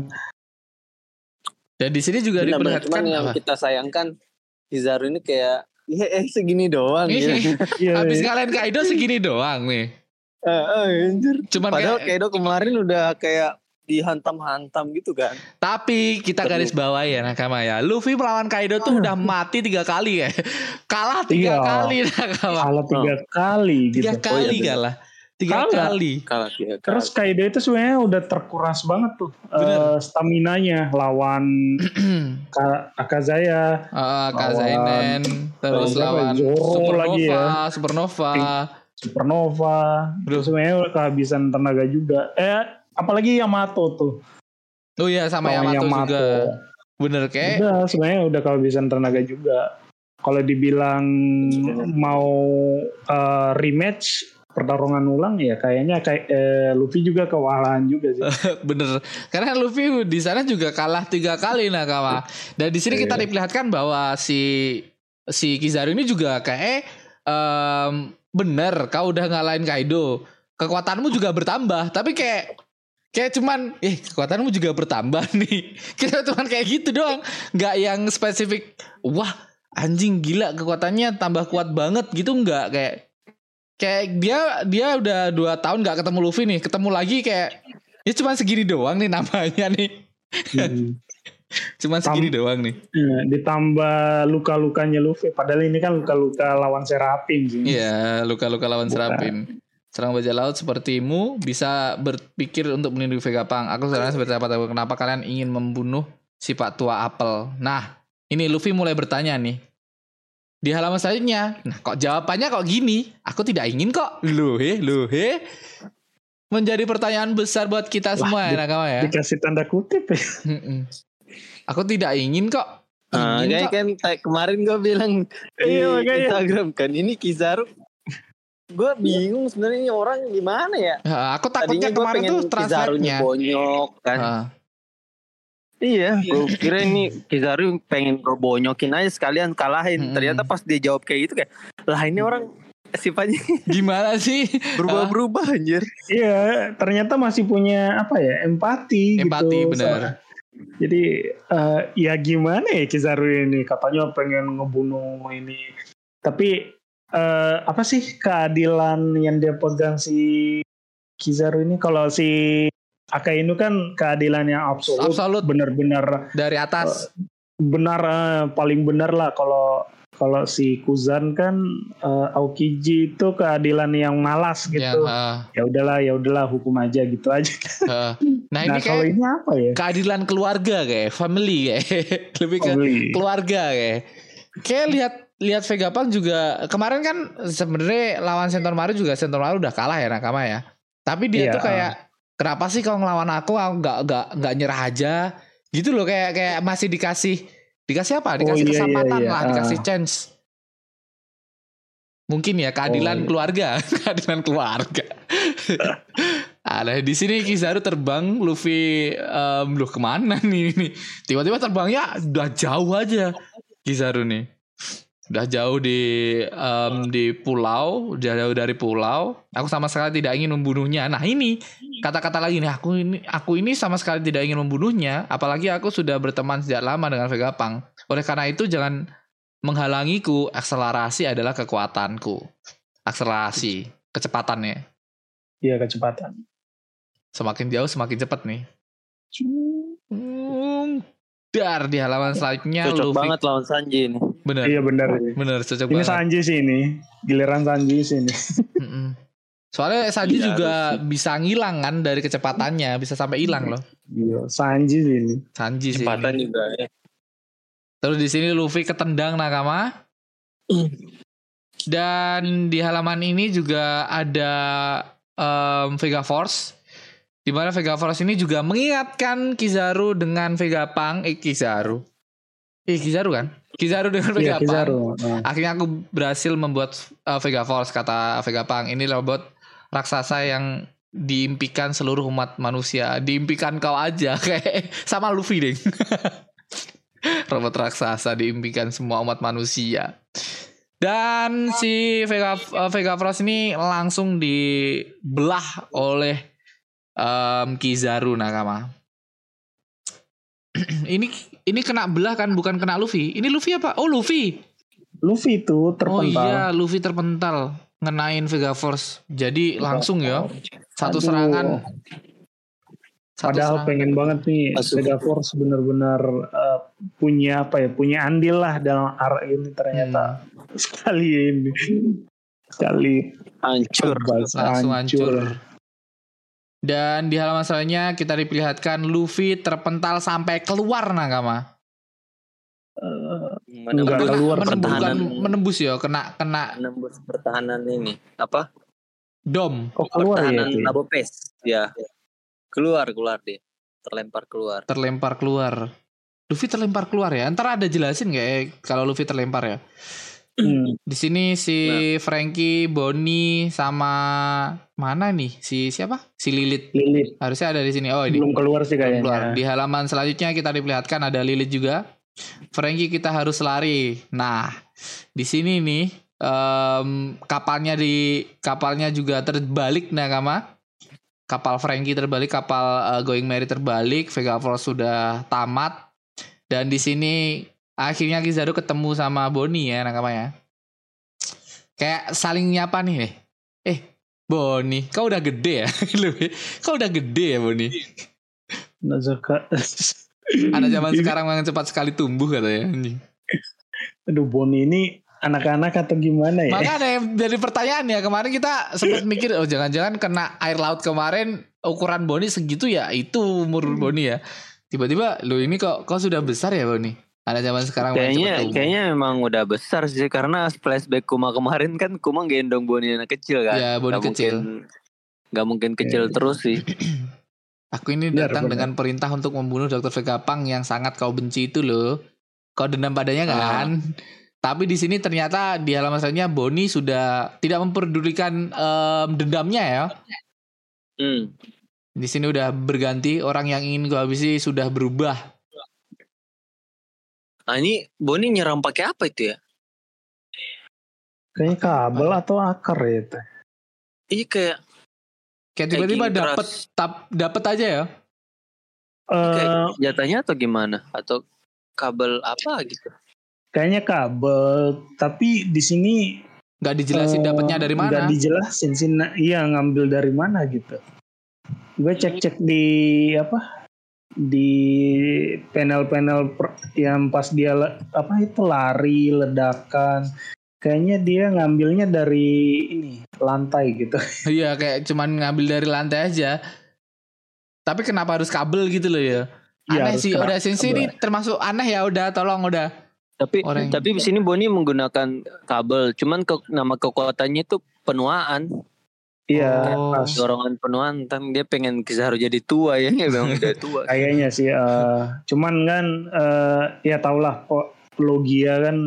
Dan di sini juga Benar-benar. diperlihatkan Cuman yang apa? kita sayangkan Kizaru ini kayak ya eh segini doang gitu. Ih, Iya. habis ngalahin Kaido segini doang nih. Eh, eh, anjir. Cuman Padahal kayak, Kaido kemarin udah kayak dihantam-hantam gitu kan. tapi kita garis bawah ya nakama ya. Luffy melawan Kaido tuh udah mati tiga kali ya. Kalah tiga Iya. kali nakama. Kalah tiga kali gitu. Tiga kali Oh, iya, kalah. Tiga Kalah. kali. Kalah dia. Terus Kaido itu sebenarnya udah terkuras banget tuh Bener. eh, staminanya lawan Ka- Akazaya. Uh, Kazainen, terus lawan lawan Zoro Supernova, lagi ya. Supernova. Supernova. Aduh. Sebenarnya udah kehabisan tenaga juga. Eh apalagi Yamato tuh. Oh iya sama Lawan Yamato, juga. Bener kayak Udah sebenarnya udah kehabisan tenaga juga. Kalau dibilang mau eh, rematch pertarungan ulang ya kayaknya kayak eh, Luffy juga kewalahan juga sih. bener. Karena Luffy di sana juga kalah tiga kali nakama. Dan di sini kita Iya. diperlihatkan bahwa si si Kizaru ini juga kayak em, bener kau udah ngalahin Kaido. Kekuatanmu juga bertambah, tapi kayak kayak cuman eh kekuatanmu juga bertambah nih. Kita cuman kayak gitu doang, nggak yang spesifik. Wah anjing gila kekuatannya tambah kuat banget gitu nggak kayak kayak dia dia udah dua tahun nggak ketemu Luffy nih, ketemu lagi kayak ya cuman segini doang nih namanya nih. Hmm. Cuman segini doang nih. Iya, ditambah luka-lukanya Luffy. Padahal ini kan luka-luka lawan Serapin sih. Iya, luka-luka lawan Bukan. Serapin. Serang bajak laut sepertimu bisa berpikir untuk melindungi Vegapunk. Aku sebenarnya seperti apa tahu kenapa kalian ingin membunuh si Pak Tua Apel. Nah, ini Luffy mulai bertanya nih. di halaman selanjutnya, nah kok jawabannya kok gini? Aku tidak ingin kok. Loh he, loh he. Menjadi pertanyaan besar buat kita semua ya, nakama ya. Dikasih tanda kutip ya. Aku tidak ingin kok. Nah, Ingin kayak kok. kan kayak kemarin gue bilang di Iya, makanya. Instagram kan ini Kizaru. Gue bingung sebenarnya ini orang gimana ya. Nah, aku takutnya Tadinya gue kemarin pengen tuh Kizarunya translate-nya. bonyok kan. Ah. Iya, gue kira ini Kizaru pengen gue bonyokin aja sekalian kalahin. Mm-mm. Ternyata pas dia jawab kayak gitu kayak, lah ini orang sifatnya Gimana sih? berubah-berubah anjir. Iya, ternyata masih punya apa ya, empati, Empati, gitu. benar. So, jadi eh, ya gimana ya Kizaru ini, katanya pengen ngebunuh ini. Tapi eh, apa sih keadilan yang dia pegang si Kizaru ini? Kalau si Akainu kan keadilan yang absolut, Absolut. benar-benar Dari atas. benar eh, paling benar lah. Kalau kalau si Kuzan kan eh, Aokiji itu keadilan yang malas gitu. Yang, ah, Ya udahlah, ya udahlah hukum aja gitu aja. ah. Nah, Nah, ini kalau kayak ini apa ya? keadilan keluarga kayak family kayak lebih ke Family. keluarga kayak. Kayak lihat lihat Vegapunk juga kemarin kan sebenarnya lawan Sentomaru juga Sentomaru udah kalah ya nakama ya. Tapi dia Iya, tuh kayak kenapa sih kalau ngelawan aku aku nggak nggak nggak nyerah aja gitu loh, kayak kayak masih dikasih dikasih apa? Dikasih Oh, iya, kesempatan iya, iya. lah, dikasih chance. Mungkin ya keadilan Oh, iya. keluarga, keadilan keluarga. Ada di sini Kizaru terbang, Luffy em, loh kemana nih nih? Tiba-tiba terbangnya udah jauh aja Kizaru nih. Udah jauh di em, di pulau, udah jauh dari pulau. Aku sama sekali tidak ingin membunuhnya. Nah ini kata-kata lagi nih, aku ini aku ini sama sekali tidak ingin membunuhnya. Apalagi aku sudah berteman sejak lama dengan Vegapunk. Oleh karena itu jangan menghalangiku. Akselerasi adalah kekuatanku. Akselerasi, kecepatannya. Iya, kecepatan. Semakin jauh semakin cepat nih. Hmm, dar di halaman selanjutnya Cocok Luffy. banget lawan Sanji ini. Bener, Iya benar. bener cocok Ini banget. Sanji sih ini. Giliran Sanji sih ini. Mm-mm. Soalnya Sanji Iya, juga bisa ngilang kan dari kecepatannya, bisa sampai hilang loh. Iya, Sanji sih ini. Sanji sih. Kecepatan ini. juga ya. Terus di sini Luffy ketendang nakama. Dan di halaman ini juga ada um, Vega Force. Di mana Vega Force ini juga mengingatkan Kizaru dengan Vegapunk. Eh Kizaru. Eh Kizaru kan? Kizaru dengan Iya, Vegapunk. Kizaru. Nah. Akhirnya aku berhasil membuat uh, Vega Force, kata Vegapunk. Ini robot raksasa yang diimpikan seluruh umat manusia. Diimpikan kau aja kayak sama Luffy deh. Robot raksasa diimpikan semua umat manusia. Dan si Vega uh, Vega Force ini langsung dibelah oleh um, Kizaru nakama. ini ini kena belah kan, bukan kena Luffy. Ini Luffy apa? Oh Luffy. Luffy itu terpental. Oh iya, Luffy terpental ngenain Vega Force. Jadi langsung ya satu Aduh. serangan. Satu Padahal serangan. pengen banget nih Masuk. Vega Force benar-benar uh, punya apa ya, punya andil lah dalam arc ini, ternyata Hmm. sekali ini sekali Hancur. tebas, Langsung hancur. Dan di halaman selanjutnya kita diperlihatkan Luffy terpental sampai keluar nakama. Uh, Menembus, Enggak keluar menembus, pertahanan, bukan menembus ya, kena kena menembus pertahanan ini. Apa? dom, oh keluar ya Pertahanan itu. Nabo Pass. Ya. Keluar, keluar dia. Terlempar keluar. terlempar keluar. Luffy terlempar keluar ya. Ntar ada jelasin nggak ya kalau Luffy terlempar ya? Hmm. Di sini si Frankie, Bonnie sama mana nih? Si siapa? Si Lilith. Lilith Harusnya ada di sini. Oh, ini. belum keluar sih Belum kayaknya. keluar. Di halaman selanjutnya kita diperlihatkan ada Lilith juga. Frankie kita harus lari. Nah, di sini nih em, kapalnya di kapalnya juga terbalik nakama. Kapal Frankie terbalik, kapal uh, Going Merry terbalik, Vega Force sudah tamat. Dan di sini akhirnya Kizaru ketemu sama Bonnie ya nakama ya. Kayak saling nyapa nih. Eh, eh Bonnie, kau udah gede ya? Kau udah gede ya Bonnie? Nazaka. Anak zaman Ini- sekarang memang cepat sekali tumbuh katanya. Anjing. Aduh, Bonnie ini anak-anak atau gimana ya? Maka ada yang jadi pertanyaan ya, kemarin kita sempat mikir oh jangan-jangan kena air laut kemarin ukuran Bonnie segitu ya, itu umur Bonnie ya. Tiba-tiba lo ini kok kok sudah besar ya Bonnie? Anak zaman sekarang main Kayaknya cepet tumbuh. kayaknya memang udah besar sih karena flashback Kuma kemarin kan Kuma gendong Bonnie anak kecil kan. Ya, Bonnie Gak kecil. Mungkin, gak mungkin kecil Iya. terus sih. Aku ini Benar, datang benar. dengan perintah untuk membunuh dokter Vegapunk yang sangat kau benci itu loh. Kau dendam padanya kan? Tapi di sini ternyata di halaman selanjutnya Bonnie sudah tidak memperdulikan em, dendamnya ya. Hmm. Di sini udah berganti, orang yang ingin kau habisi sudah berubah. Nah ini Bonnie nyerang pakai apa itu ya? Kayaknya kabel atau akar ya itu. Iya kayak Kayak tiba-tiba Hacking dapet keras. tap dapet aja ya. ini kayak Eh, jatahnya atau gimana? Atau kabel apa gitu? kayaknya kabel, tapi di sini Nggak dijelasin eh, dapatnya dari mana. nggak dijelasin sih, nah, iya ngambil dari mana gitu. Gue cek-cek di apa? Di panel-panel per- yang pas dia le- apa itu lari ledakan, kayaknya dia ngambilnya dari ini lantai gitu. Iya kayak cuman ngambil dari lantai aja. Tapi kenapa harus kabel gitu loh ya? Iya, Aneh harus sih. kena Udah Sensei kabel. ini termasuk aneh ya. Udah tolong udah. Tapi Orang- tapi di sini Bonnie menggunakan kabel. Cuman ke, nama kekuatannya itu penuaan. Iya, Oh. pas Dorongan penuaan. Kan dia pengen Kizaru jadi tua ya. Ya memang udah tua. kayaknya sih. eh, cuman kan eh, ya tau lah kok Logia kan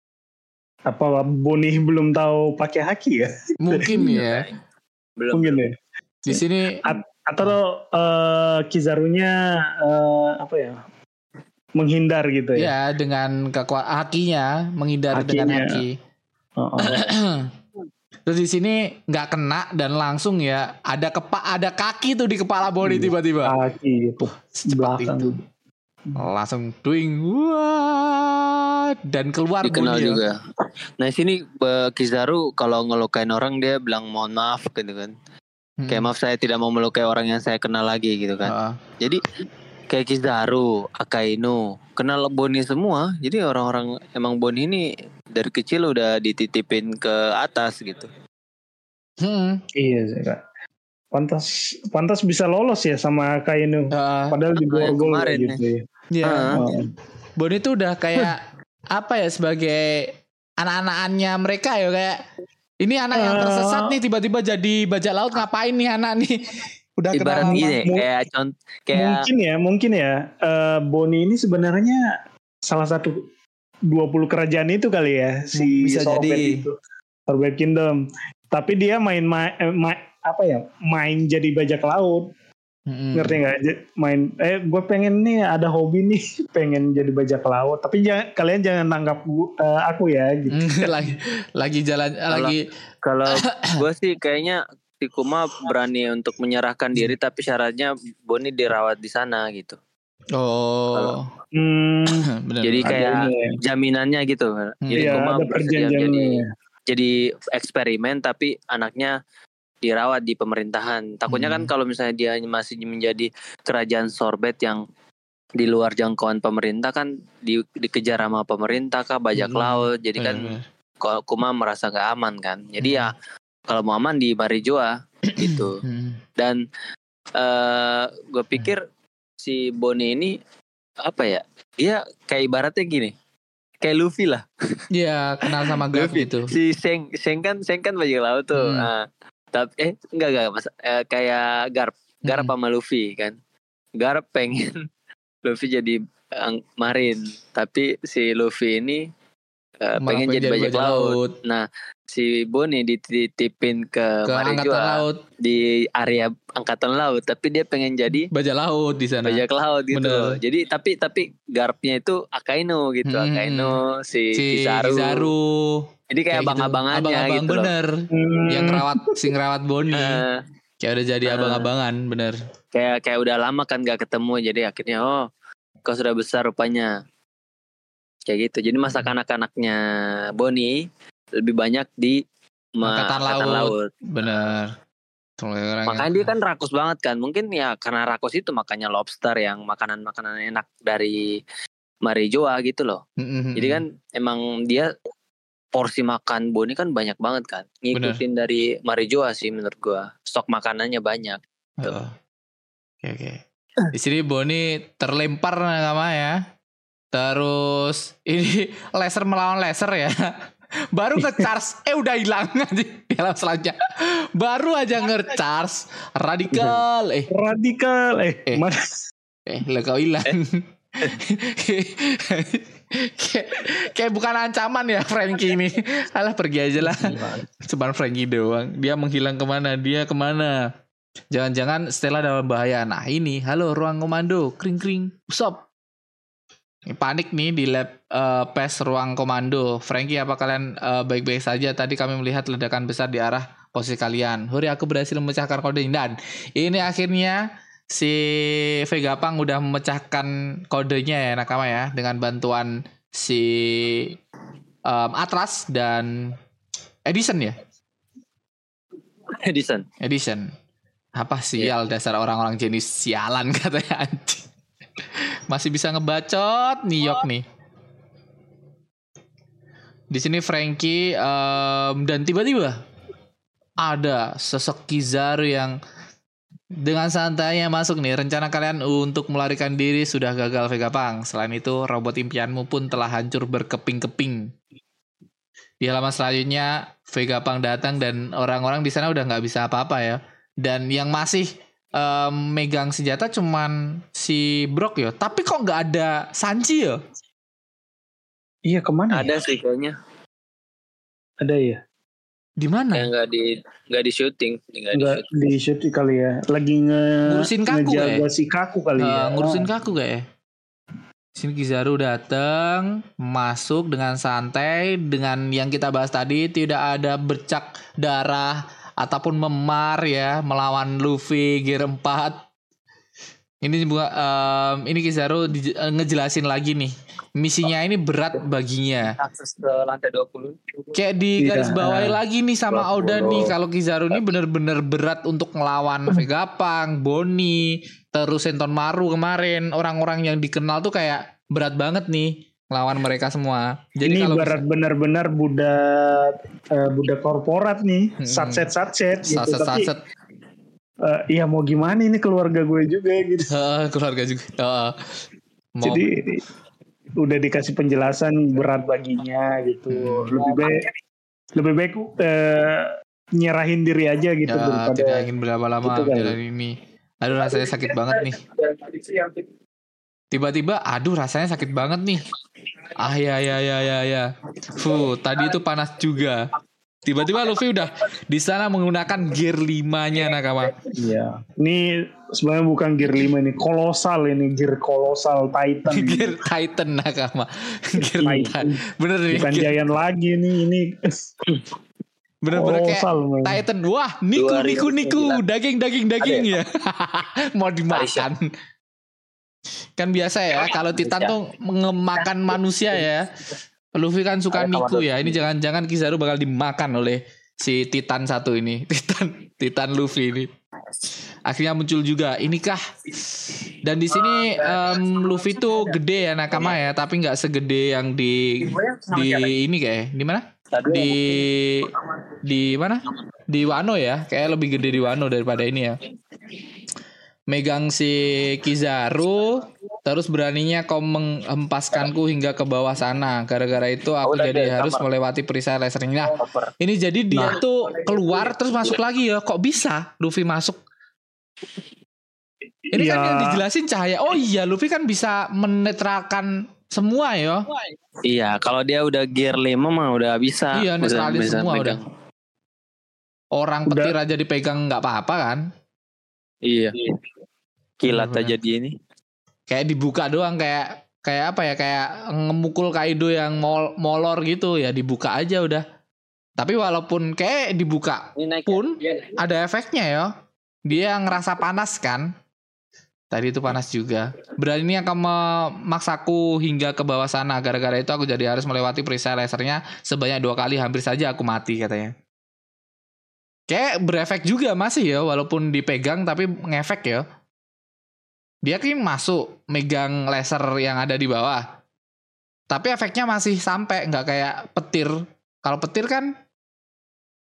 apa Bonnie belum tahu pakai haki ya? Mungkin ya. Belum. Mungkin ya. Di sini Atau eh, Kizarunya eh, apa ya? Menghindar gitu ya. ya dengan kekuatan hakinya menghindar dengan Hakinya. haki. Oh, oh. Terus di sini nggak kena dan langsung ya ada kepa ada kaki tuh di kepala Bonnie Iya. tiba-tiba. Kaki itu Secepat belakang. itu. Langsung doing wah dan keluar Dikenal Bonnie ya. juga. Nah sini eh, Kizaru kalau ngelukain orang dia bilang mohon maaf gitu kan. Hmm. Kayak maaf saya tidak mau melukai orang yang saya kenal lagi gitu kan. Heeh. Jadi kayak Kizaru, Akainu, kenal Bonnie semua. Jadi orang-orang emang Bonnie ini dari kecil udah dititipin ke atas gitu. Hmm. Iya sih kak. Pantas pantas bisa lolos ya sama Kainu. Heeh. Padahal di Yang borgol kemarin gitu ya. Iya. Heeh. Oh. Bonnie tuh udah kayak apa ya sebagai anak-anakannya mereka ya kayak ini anak yang Eh. tersesat nih tiba-tiba jadi bajak laut ngapain nih anak nih udah Ibarat kenal gini Mu- kayak contoh kayak Mungkin ya, mungkin ya. eh, Bonnie ini sebenarnya salah satu dua puluh kerajaan itu kali ya si Bisa Sorbet jadi. itu. Sorbet Kingdom. Tapi dia main ma- eh, ma- apa ya? Main jadi bajak laut. Mm-mm. Ngerti nggak? J- Main eh gue pengen nih ada hobi nih pengen jadi bajak laut. Tapi jangan, kalian jangan nanggap gua- eh, aku ya gitu. Mm, lagi lagi jalan lagi kalau gue sih kayaknya si Kuma berani untuk menyerahkan diri tapi syaratnya Bonnie dirawat di sana gitu. oh Hmm, benar. Jadi ada kayak ini ya. jaminannya gitu. Jadi Iya, Kuma ada bersedia perjanjiannya jadi ya. jadi eksperimen tapi anaknya dirawat di pemerintahan. Takutnya kan Hmm. kalau misalnya dia masih menjadi kerajaan Sorbet yang di luar jangkauan pemerintah kan di, dikejar sama pemerintah kah bajak Hmm. laut. Jadi kan Benar, kalau Kuma merasa gak aman kan. Jadi Hmm. ya kalau mau aman di Marijoa gitu. Hmm. Dan eh gue pikir si Bonnie ini apa ya? Dia kayak ibaratnya gini. Kayak Luffy lah. Iya kenal sama Garp Luffy. gitu. Si Seng Seng kan Seng kan bajak laut tuh. Hmm. Nah, tapi eh enggak enggak Mas. Eh, kayak Garp. Garp Hmm. sama Luffy kan. Garp pengen Luffy jadi ang- marin, tapi si Luffy ini eh, Malah pengen jadi bajak laut. laut Nah, si Bonnie dititipin ke, ke angkatan Marijoa laut di area angkatan laut, tapi dia pengen jadi bajak laut di sana. bajak laut gitu Bener. loh. Jadi tapi tapi Garpnya itu Akainu gitu, Hmm. Akainu si, Si Kizaru. Kizaru. Jadi kayak Kayak gitu. abang-abangannya Abang-abang gitu loh. bener. Hmm, Yang ngerawat si ngerawat Bonnie. Eh, Kayak udah jadi Eh. abang-abangan bener. kayak kayak udah lama kan gak ketemu, jadi akhirnya oh kau sudah besar rupanya. Kayak gitu. Jadi masa kanak-kanaknya Bonnie lebih banyak di ma- Angkatan angkatan laut. laut. Bener. Soalnya Makanya dia kan rakus banget kan. Mungkin ya karena rakus itu makanya lobster yang makanan-makanan enak dari Marijoa gitu loh. Mm-mm. Jadi kan emang dia porsi makan Bonnie kan banyak banget kan. Ngikutin dari Marijoa sih menurut gua. Stok makanannya banyak. Tuh. Heeh. Oke oke. Di sini Bonnie terlempar nama ya. Terus ini laser melawan laser ya. Baru nge-charge eh udah hilang aja di alam selanjutnya. Baru aja nge-charge radikal eh Radikal eh, Eh. mana? eh lah kau hilang. kayak, kayak bukan ancaman ya Frankie ini. Alah pergi aja lah. Cuman Frankie doang. Dia menghilang kemana? Dia kemana? Jangan-jangan Stella dalam bahaya. Nah ini, halo ruang komando, kring kring, usop. Ini panik nih di lab uh, P E S ruang komando. Frankie, apa kalian uh, baik-baik saja? Tadi kami melihat ledakan besar di arah posisi kalian. Huri, aku berhasil memecahkan kode ini. Dan ini akhirnya si Vegapunk udah memecahkan kodenya ya nakama ya, dengan bantuan si um, Atlas dan Edison ya. Edison. Edison. Apa sial dasar orang-orang jenis sialan katanya anjing. Masih bisa ngebacot nih Yok nih. Di sini Frankie um, dan tiba-tiba ada sosok Kizaru yang dengan santainya masuk nih. Rencana kalian untuk melarikan diri sudah gagal Vegapunk. Selain itu robot impianmu pun telah hancur berkeping-keping. Di halaman selanjutnya Vegapunk datang dan orang-orang di sana udah nggak bisa apa-apa ya. Dan yang masih um, megang senjata cuman si Brock ya. Tapi kok nggak ada Sanji ya? Iya kemana? Ada ya? sih kayaknya. Ada ya. Di mana? Kayak nggak di nggak di syuting, nggak di Enggak syuting. di shoot kali ya. Lagi nge Ngurusin Kaku ngejaga ya? si Kaku kali Uh, ya. ngurusin Kaku gak ya? Sini Kizaru datang, masuk dengan santai, dengan yang kita bahas tadi, tidak ada bercak darah ataupun memar ya melawan Luffy Gear empat. Ini juga um, ini Kizaru di, uh, ngejelasin lagi nih. Misinya ini berat baginya. Akses ke lantai dua puluh. Kayak di Iya. garis bawahi lagi nih sama Oda nih, kalau Kizaru ini bener-bener berat untuk ngelawan Vegapunk, Bonnie, terus Sentonmaru kemarin. Orang-orang yang dikenal tuh kayak berat banget nih ngelawan mereka semua. Jadi ini kalau barat benar-benar budak eh, budak korporat nih, Hmm. satset satset gitu. Tapi saset-saset eh, iya mau gimana ini keluarga gue juga gitu. Heeh, keluarga juga. Heeh. Mau- Jadi udah dikasih penjelasan berat baginya gitu. Hmm. Lebih baik lebih baik eh, nyerahin diri aja gitu ya, daripada tidak ingin berapa lama gitu kan. jalan ini. Aduh rasanya sakit banget nih. Tiba-tiba, aduh rasanya sakit banget nih. Ah ya ya ya ya ya. Fuh, tadi itu panas juga. Tiba-tiba Luffy udah di sana menggunakan gear lima-nya nakama. Iya. Ini sebenarnya bukan gear lima ini, kolosal ini, gear kolosal Titan. Gear Titan nakama. Gear Titan. Titan. Bener nih. Bukan gear- Giant lagi nih, ini Bener-bener kayak kolosal. men. Titan. Wah, niku dua ribu niku niku, sembilan. daging daging daging ya. Mau dimakan. Kan biasa ya kalau Titan tuh mengemakan manusia ya. Luffy kan suka niku ya. Ini jangan-jangan Kizaru bakal dimakan oleh si Titan satu ini. Titan Titan Luffy ini. Akhirnya muncul juga. Inikah? Dan di sini em, Luffy tuh gede ya nakama ya, tapi nggak segede yang di di ini kayak di mana? Di di mana? Di Wano ya. Kayak lebih gede di Wano daripada ini ya. Megang si Kizaru, terus beraninya kau menghempaskanku hingga ke bawah sana. Gara-gara itu aku Udah jadi deh, harus kamar. melewati perisai lasernya. Nah, Over. ini jadi dia tuh keluar terus masuk lagi ya. Kok bisa Luffy masuk? Ini kan Iya. yang dijelasin cahaya. Oh iya, Luffy kan bisa menetralkan semua ya. Iya, kalau dia udah gear lima mah udah bisa. Iya, Udah netralin bisa semua megang. Orang Udah. petir aja dipegang nggak apa-apa kan? Iya. Kilat Bener-bener. aja dia ini. Kayak dibuka doang, kayak kayak apa ya, kayak ngemukul Kaido yang mol, molor gitu ya, dibuka aja udah. Tapi walaupun kayak dibuka Ini naik pun ada efeknya ya. Dia ngerasa panas kan. Tadi itu panas juga. Berani akan memaksaku hingga ke bawah sana. Gara-gara itu aku jadi harus melewati perisai lasernya sebanyak dua kali. Hampir saja aku mati katanya. Kayak berefek juga masih ya, walaupun dipegang tapi ngefek ya. Dia kan masuk megang laser yang ada di bawah. Tapi efeknya masih sampai, nggak kayak petir. Kalau petir kan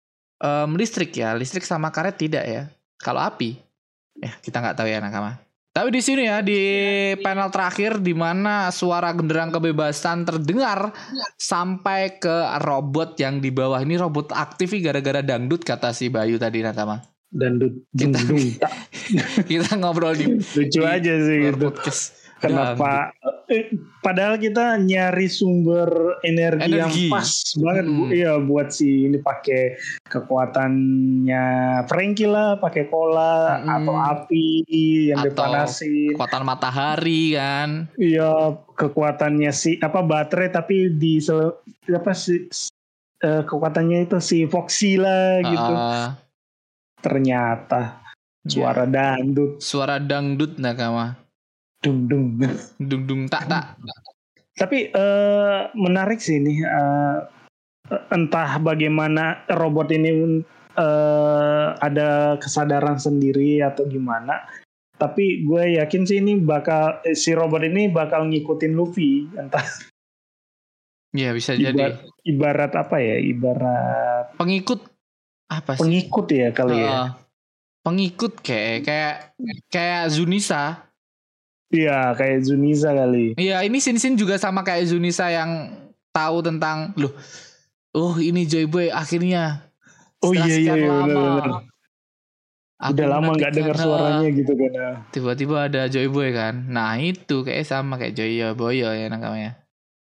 em, listrik ya, listrik sama karet tidak ya. Kalau api, ya kita nggak tahu ya nakama. Tapi di sini ya di panel terakhir di mana suara genderang kebebasan terdengar sampai ke robot yang di bawah. Ini robot aktif gara-gara dangdut kata si Bayu tadi Nakama. Dangdut dung dung tak. Kita ngobrol di lucu di aja sih gitu. podcast. Kenapa? Eh, padahal kita nyari sumber energi, Energi. yang pas banget, Hmm. bu. Iya buat si ini pakai kekuatannya Frankie lah, pakai cola Hmm. atau api yang Atau dipanasin. kekuatan matahari kan. Iya kekuatannya si apa baterai tapi di sel- apa sih eh, kekuatannya itu si Foxy lah gitu. Uh, Ternyata suara dangdut, suara dangdut Nakama. dung dung. Dung dung tak tak. Tapi eh, menarik sih ini, eh, entah bagaimana robot ini eh, ada kesadaran sendiri atau gimana. Tapi gue yakin sih ini bakal eh, si robot ini bakal ngikutin Luffy, entah Ya bisa jadi ibarat, ibarat apa ya, ibarat pengikut apa sih? pengikut ya kali ya. Uh, pengikut kayak kayak kayak Zunisa. Iya kayak Zuniza kali. Iya, ini Shin-Shin juga sama kayak Zunisa yang tahu tentang loh. Oh, ini Joy Boy akhirnya. Oh Setelah iya iya, sekian iya lama, benar-benar. aku Udah lama nggak menantikan, dengar uh, suaranya gitu kan. Tiba-tiba ada Joy Boy kan. Nah, itu kayak sama kayak Joy Boy ya namanya.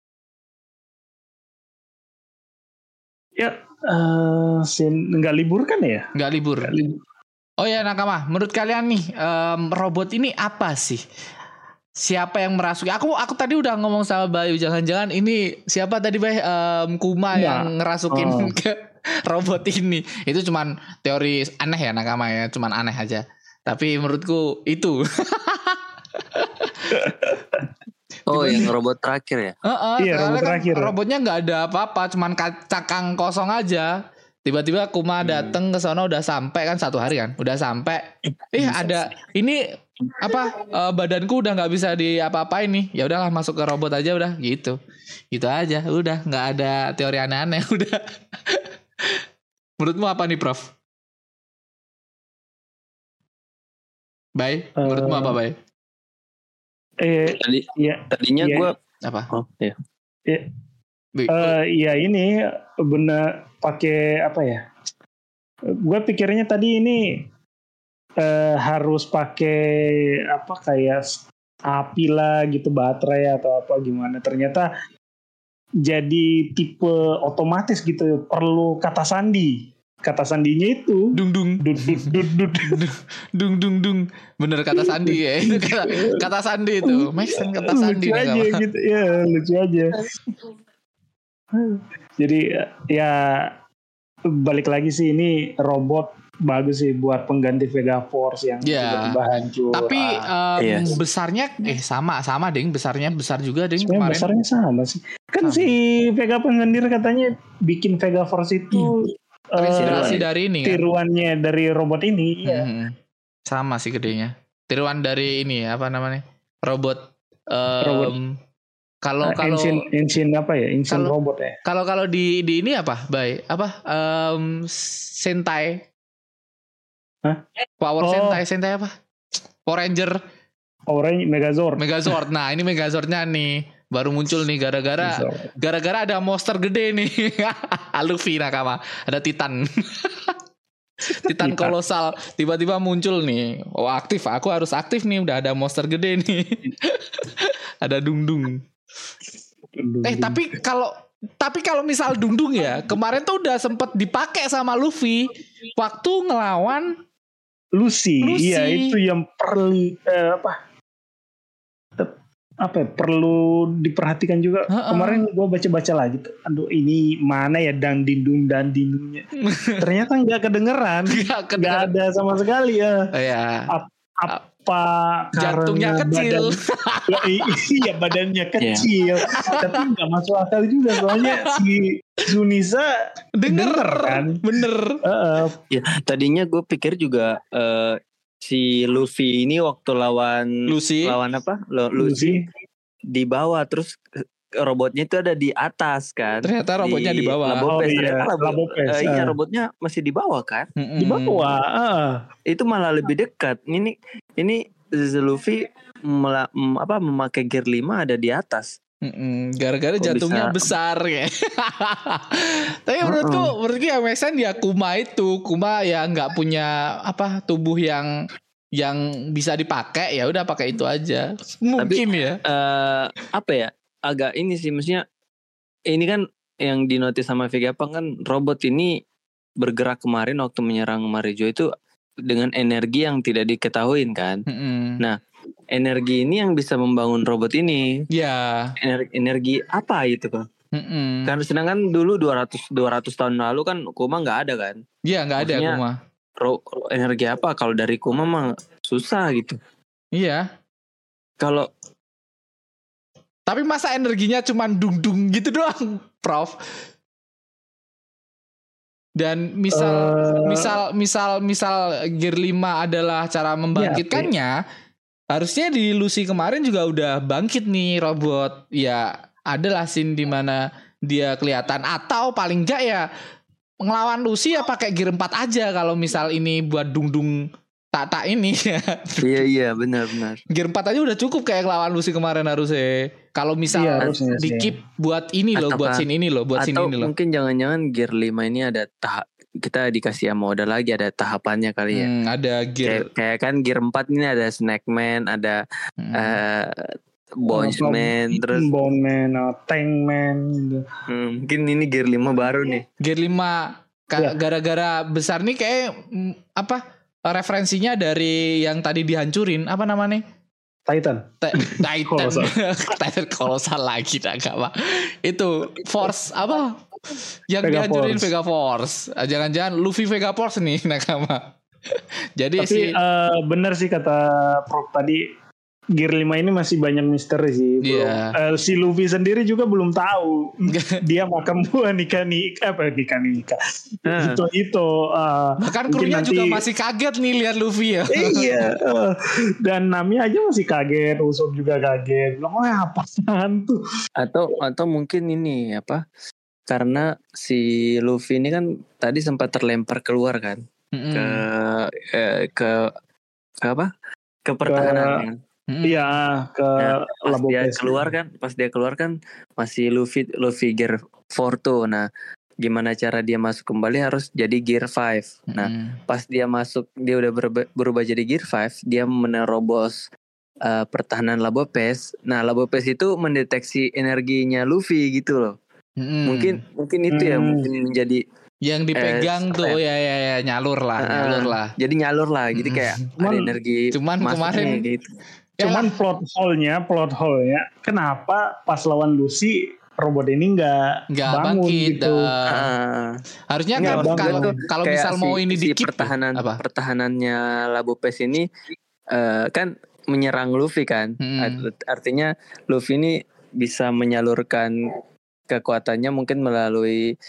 Ya, eh sin nggak libur kan ya? Nggak libur. Nggak libur. Oh ya Nakama, menurut kalian nih em, robot ini apa sih? Siapa yang merasuki? Aku aku tadi udah ngomong sama Bayu, jangan-jangan ini siapa tadi Bay? Em, Kuma Nggak. yang ngerasukin Oh. ke robot ini. Itu cuman teori aneh ya Nakama ya, cuman aneh aja. Tapi menurutku itu. Oh, yang robot terakhir ya? Heeh, Iya, soalnya robot kan terakhir. robotnya nggak ada apa-apa, cuman cakang kosong aja. Tiba-tiba Kuma dateng ke sana udah sampai kan satu hari kan, udah sampai. Eh ada ini apa eh, badanku udah nggak bisa di apa-apain nih. Ya udahlah masuk ke robot aja udah gitu. Gitu aja, udah nggak ada teori aneh-aneh udah. Menurutmu apa nih, Prof? Bay, menurutmu Eh, apa, Bay? Eh, Tadi iya, tadinya Iya. gue Apa? oh ya. Bay, eh, iya ini benar pakai apa ya? Gue pikirnya tadi ini eh, harus pakai apa kayak api lah gitu, baterai atau apa gimana. Ternyata jadi tipe otomatis gitu, perlu kata sandi. Kata sandinya itu dung dung. dut dut dut dut. dung dung dung bener kata Sandi ya itu kata, kata Sandi itu Max kan kata Sandi lucu nih, aja kawan. gitu ya, lucu aja. Jadi ya balik lagi sih ini robot bagus sih buat pengganti Vega Force yang Ya. tiba-tiba hancur. Tapi Ah, em, Iya. besarnya eh sama sama ding besarnya besar juga ding sebenarnya kemarin. besarnya sama sih. Kan Sama. si Vega Pengendir katanya bikin Vega Force itu eh, Terinspirasi dari ini kan. tiruannya dari robot ini. Iya. Hmm, sama sih gedenya. Tiruan dari ini apa namanya? Robot em, Robot. kalau Ah, kalau engine, engine apa ya? Engine kalau- robot ya. kalau kalau di di ini apa? Bay, apa? Em, Sentai. Hah? Power Oh. Sentai, Sentai apa? Power Ranger. Orange Megazord. Megazord. Nah, ini Megazordnya nih baru muncul nih gara-gara Megazord. gara-gara ada monster gede nih. Luffy Nakama, ada Titan. Titan Titan. kolosal tiba-tiba muncul nih. Oh, aktif. Aku harus aktif nih, udah ada monster gede nih. Ada Dung-Dung. Eh, tapi kalau tapi kalau misal Dung-Dung ya, kemarin tuh udah sempet dipakai sama Luffy waktu ngelawan Lucy, Lucy. iya itu yang perlu eh, apa? Tep- apa ya, perlu diperhatikan juga. Ha-ha. Kemarin gue baca-baca lagi tuh. Aduh ini mana ya dan dindung dan dindungnya. Ternyata nggak kedengeran, Gak nggak kedengeran. ada sama sekali ya. Ya, Apa jantungnya karena kecil. badan- Ya, i- iya badannya kecil, tapi nggak masuk akal juga soalnya si Zunisa Denger, denger kan. bener. Heeh, Ya, tadinya gue pikir juga eh, si Luffy ini waktu lawan Lucy. lawan apa? Lo- Lucy di bawah, terus eh, robotnya itu ada di atas kan. Ternyata robotnya di bawah. Labopes. Oh, iya, Ternyata labo- Labopes, eh, iya, ah. robotnya masih di bawah kan. di bawah. heeh. Itu malah lebih dekat. Ini ini Luffy mela, apa memakai gear lima ada di atas. Mm-mm, gara-gara Kok jantungnya bisa- besar kayak. Tapi menurutku, menurutku yang make sense ya Kuma itu, Kuma ya nggak punya apa tubuh yang yang bisa dipakai, ya udah pakai itu aja. Mungkin ya. Eh apa ya? Agak ini sih, maksudnya ini kan yang dinotis sama Vegapunk kan, robot ini bergerak kemarin waktu menyerang Marijo itu dengan energi yang tidak diketahuin kan. Mm-mm. Nah, energi ini yang bisa membangun robot ini. Ya. Energi, energi apa itu kan? Mm-mm. Karena sedangkan dulu dua ratus tahun lalu kan Kuma nggak ada kan. Iya nggak ada Maksudnya, Kuma. Ro, energi apa? Kalau dari Kuma mah susah gitu. Iya. Kalau Tapi masa energinya cuma dung-dung gitu doang, Prof? Dan misal Eh, misal misal misal gear lima adalah cara membangkitkannya, harusnya di Lucy kemarin juga udah bangkit nih robot. Ya adalah scene di mana dia kelihatan, atau paling enggak ya ngelawan Lucy ya pakai gear empat aja kalau misal ini buat dung-dung tak-tak ini ya. iya iya benar-benar. Gear empat aja udah cukup kayak ngelawan Lucy kemarin harusnya. Kalau misal Iya, harusnya di sih. keep buat ini loh, buat Ataukah- scene ini loh, buat scene Atau ini loh. mungkin jangan-jangan gear lima ini ada tahap, kita dikasih sama Oda lagi ada tahapannya kali ya. Hmm, ada gear Kayak, kayak kan gear empat ini ada Snackman, ada hmm. eh Bonchman, terus Bone Man, uh, Tank Man gitu. hmm, mungkin ini gear lima baru nih. Gear lima ka- Iya. gara-gara besar nih kayak mm, apa referensinya dari yang tadi dihancurin apa namanya? Titan. T- Titan. Kolosal. Titan kolosal lagi Nakama. Itu Force apa? Yang Vega dihancurin Force. Vega Force. Ah, jangan-jangan Luffy Vega Force nih Nakama. Jadi Tapi si eh, benar sih kata Prof tadi, Gear lima ini masih banyak misteri sih. Belum, Iya. eh, si Luffy sendiri juga belum tahu. Dia makan buah nikah nikah apa nikah nikah. Nah, Itu itu. eh, bahkan mungkin krunya nanti- juga masih kaget nih lihat Luffy ya. Eh, iya. eh, dan Nami aja masih kaget, Usopp juga kaget. Bilang, oh apaan tuh? atau atau mungkin ini apa? Karena si Luffy ini kan tadi sempat terlempar keluar kan Mm-mm. ke eh, ke ke apa? Ke pertahanan Ke- kan. Mm-mm. Iya, ke Nah, pas Labo dia Base. keluar kan, pas dia keluar kan masih Luffy Luffy gear empat tuh. Nah, gimana cara dia masuk kembali harus jadi gear lima. Nah, Mm-mm. pas dia masuk dia udah berubah, berubah jadi gear lima, dia menerobos uh, pertahanan Labo Base. Nah, Labo Base itu mendeteksi energinya Luffy gitu loh. Mm-mm. Mungkin mungkin itu ya Hmm. mungkin menjadi yang dipegang Eh, tuh apa ya ya ya nyalur lah, uh, nyalur lah. jadi nyalur lah gitu Mm-mm. kayak Cuman- ada energi cuman masuknya kemarin- gitu. Ya Cuman plot hole-nya, plot hole-nya, kenapa pas lawan Lucy robot ini nggak nggak bangun bangkit. gitu? dah. Ah. Harusnya Enggak, kan maksudnya kalau tuh kalau Kayak misal mau si- ini si dikit pertahanan apa? pertahanannya Labo Pes ini eh, kan menyerang Luffy kan. Hmm. Art- Artinya Luffy ini bisa menyalurkan kekuatannya mungkin melalui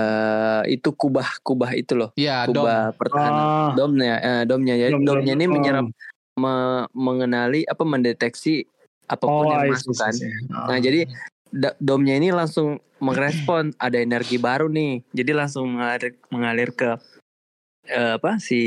eh, itu kubah-kubah itu loh. Ya dom. Kubah pertahanan. Ah, Domnya eh, domnya ya. Dom- Domnya ini dom. menyerap me- mengenali apa mendeteksi apapun oh, yang I masuk see, kan. see, see. Ah. Nah, jadi da- domnya ini langsung merespon ada energi baru nih. Jadi langsung mengalir mengalir ke eh, apa si,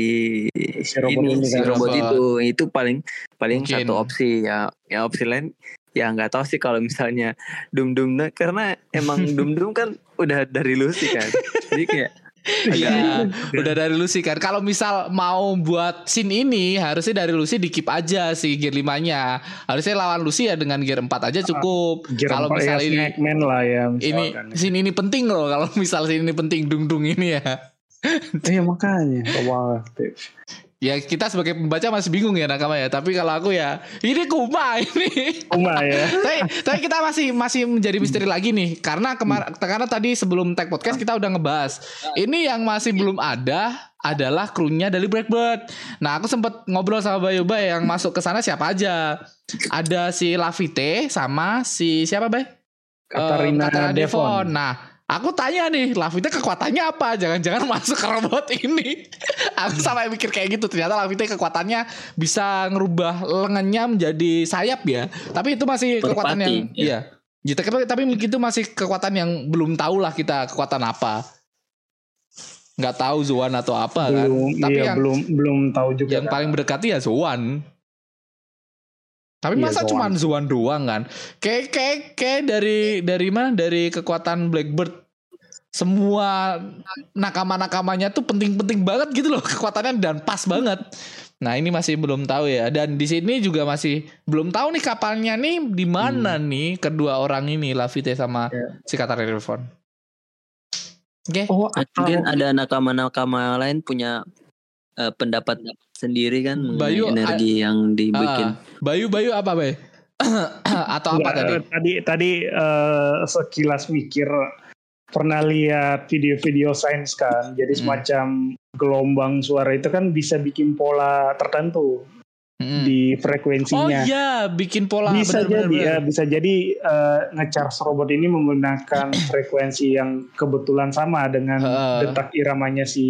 Si robot ini ini si kan. robot Robot. itu itu paling paling Mungkin. satu opsi ya. Ya opsi lain ya nggak tahu sih kalau misalnya Dum Dum karena emang Dum Dum kan udah dari Lucy kan. Jadi kayak Iya, udah dari Lucy kan. Kalau misal mau buat scene ini harusnya dari Lucy di keep aja si gear limanya. Harusnya lawan Lucy ya dengan gear empat aja cukup. Gear Kalau empat misal ya, ini Snackman lah ya ini misalkan. scene ini penting loh. Kalau misal scene ini penting dung-dung ini ya. Iya makanya. Wah, aktif. Ya kita sebagai pembaca masih bingung ya Nakama ya. Tapi kalau aku ya ini Kuma ini. Kuma ya. tapi, tapi kita masih masih menjadi misteri lagi nih karena kemar karena tadi sebelum tag podcast kita udah ngebahas ini yang masih belum ada adalah krunya dari Blackbird. Nah aku sempat ngobrol sama Bayu Bay yang masuk ke sana siapa aja. Ada si Lafite sama si siapa Bay? Katarina Eh, Devon. Nah aku tanya nih Lafite kekuatannya apa? Jangan-jangan masuk ke robot ini. Aku sampai mikir kayak gitu. Ternyata Lafite kekuatannya bisa ngerubah lengannya menjadi sayap ya. Tapi itu masih kekuatan Merpati, yang iya. Gitu, tapi, tapi itu masih kekuatan yang belum tahu lah kita kekuatan apa. Nggak tahu Zoan atau apa Belum, kan. Tapi iya, yang belum belum tahu juga. yang kan. paling mendekati ya Zoan. Tapi Iya, masa Zoan. cuma Zoan doang kan? Kayak kayak kayak dari dari mana? Dari kekuatan Blackbird. Semua nakama-nakamanya tuh penting-penting banget gitu loh kekuatannya dan pas banget. Nah, ini masih belum tahu ya. Dan di sini juga masih belum tahu nih kapalnya nih di mana hmm. nih kedua orang ini, Laffy sama yeah. si Katarina Reborn. Oke. Okay. Oh, mungkin ada nakama-nakama lain punya uh, pendapat sendiri kan mengenai Bayu, energi a- yang dibikin. Uh, Bayu Bayu apa Bay? Atau apa Nggak, tadi? Tadi tadi uh, sekilas mikir pernah lihat video-video sains kan. Jadi semacam hmm. gelombang suara itu kan bisa bikin pola tertentu hmm. di frekuensinya. Oh iya, bikin pola. Bisa benar, jadi benar, ya, bisa jadi uh, nge-charge robot ini menggunakan frekuensi yang kebetulan sama dengan uh. detak iramanya si.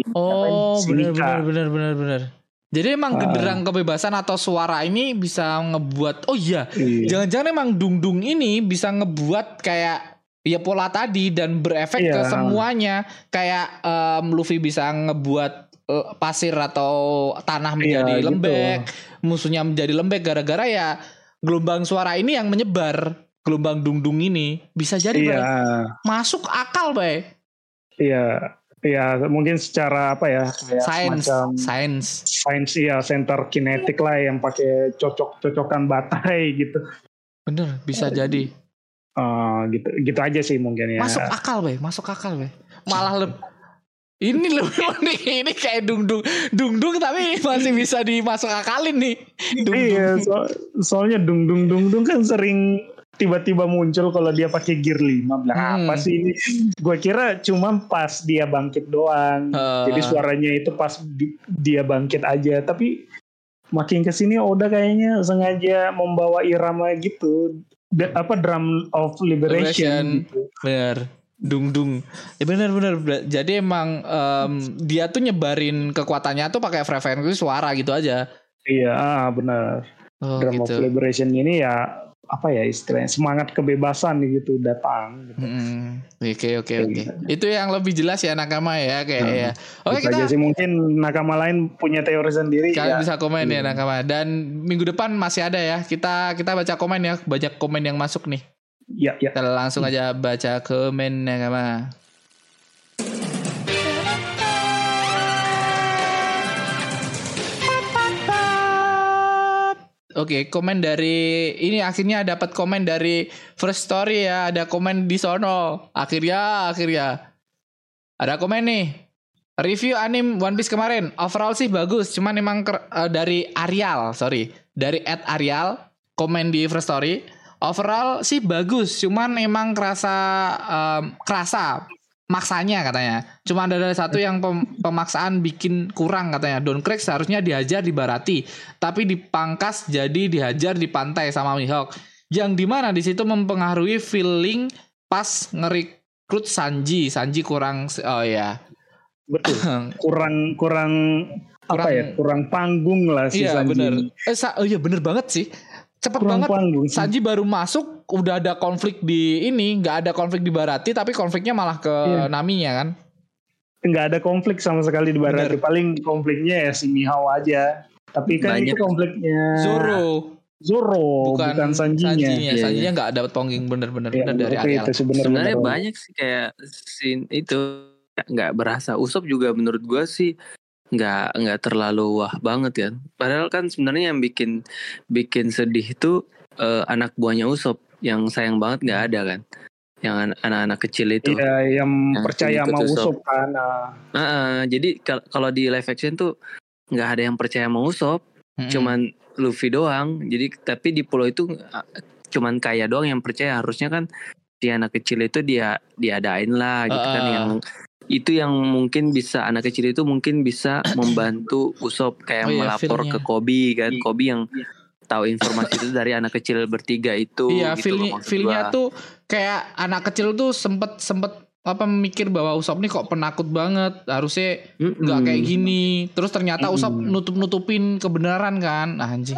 Oh, benar benar benar benar. Jadi emang uh. genderang kebebasan atau suara ini bisa ngebuat. Oh iya, iya. Jangan-jangan emang dung-dung ini bisa ngebuat kayak ya pola tadi dan berefek iya. ke semuanya. Kayak um, Luffy bisa ngebuat uh, pasir atau tanah menjadi iya, lembek, gitu. Musuhnya menjadi lembek gara-gara ya gelombang suara ini yang menyebar. Gelombang dung-dung ini bisa jadi iya. Bay. Masuk akal, Bay. Iya. Ya mungkin secara apa ya kayak science, science, science ya center kinetik lah yang pakai cocok-cocokan baterai gitu. Bener, bisa uh, jadi. Uh, gitu, gitu aja sih mungkin ya. Masuk akal be, masuk akal be. Malah lebih ini lebih nih, ini kayak dung-dung, dung-dung tapi masih bisa dimasuk akalin nih. Dung-dung. Iya, so, soalnya dung-dung-dung-dung kan sering tiba-tiba muncul kalau dia pakai gear lima bilang hmm. apa sih ini? Gue kira cuma pas dia bangkit doang. Uh. Jadi suaranya itu pas di, dia bangkit aja. Tapi makin kesini Oda kayaknya sengaja membawa irama gitu. D- apa drum of liberation. Gitu. Bener. Dung-dung. Ya bener-bener. Jadi emang um, dia tuh nyebarin kekuatannya tuh pakai frekuensi suara gitu aja. Iya, ah, benar. Oh, drum gitu. Of liberation ini ya apa ya istilahnya semangat kebebasan gitu datang gitu. Oke oke oke. Itu yang lebih jelas ya nakama ya kayak hmm. ya. Oke okay, kita sih mungkin nakama lain punya teori sendiri. Kalian ya. bisa komen hmm. ya nakama dan minggu depan masih ada ya. Kita kita baca komen ya, banyak komen yang masuk nih. Ya ya. Kita langsung aja baca komen nakama. Oke, okay, komen dari ini akhirnya dapat komen dari First Story ya, ada komen di sono. Akhirnya, akhirnya ada komen nih. Review anime One Piece kemarin, overall sih bagus, cuman emang ker, uh, dari Arial, sorry, dari at Arial komen di First Story. Overall sih bagus, cuman emang kerasa um, kerasa maksanya katanya. Cuma ada satu yang pem, pemaksaan bikin kurang katanya. Don Krieg seharusnya dihajar di Barati, tapi dipangkas jadi dihajar di pantai sama Mihawk. Yang dimana di situ mempengaruhi feeling pas ngerekrut Sanji. Sanji kurang oh ya. Betul. kurang kurang apa kurang, ya? Kurang panggung lah si iya, Sanji. Bener. Eh, sa- oh iya bener banget sih. Cepet kurang banget panggung. Sanji baru masuk udah ada konflik di ini, nggak ada konflik di Barati tapi konfliknya malah ke iya. Naminya kan. Nggak ada konflik sama sekali di Barati. Bener. Paling konfliknya ya si Mihawk aja. Tapi kan banyak. Itu konfliknya Zoro. Zoro bukan, bukan Sanjinya. Sanjinya, yeah. Sanjinya nggak dapat pongging bener-bener ya, bener dari Arial. Sebenarnya banyak sih kayak scene itu nggak berasa. Usopp juga menurut gue sih nggak nggak terlalu wah banget ya. Padahal kan sebenarnya yang bikin bikin sedih itu uh, anak buahnya Usopp yang sayang banget nggak ada kan, yang anak-anak kecil itu. Iya, yang, yang percaya sama Usopp kan. Uh, uh, jadi kal- kalau di live action tuh nggak ada yang percaya sama Usopp, hmm. cuman Luffy doang. Jadi tapi di pulau itu uh, cuman Kaya doang yang percaya. Harusnya kan si anak kecil itu dia diadain lah gitu uh. kan yang itu yang mungkin bisa anak kecil itu mungkin bisa membantu Usopp kayak oh, iya, melapor feel-nya. Ke Kobe kan, Kobe yang tahu informasi itu dari anak kecil bertiga itu. Iya, gitu feel-nya, feel-nya tuh kayak anak kecil tuh sempet sempet apa mikir bahwa Usopp nih kok penakut banget, harusnya nggak mm-hmm. kayak gini. Terus ternyata mm-hmm. Usopp nutup-nutupin kebenaran kan, nah, anjing.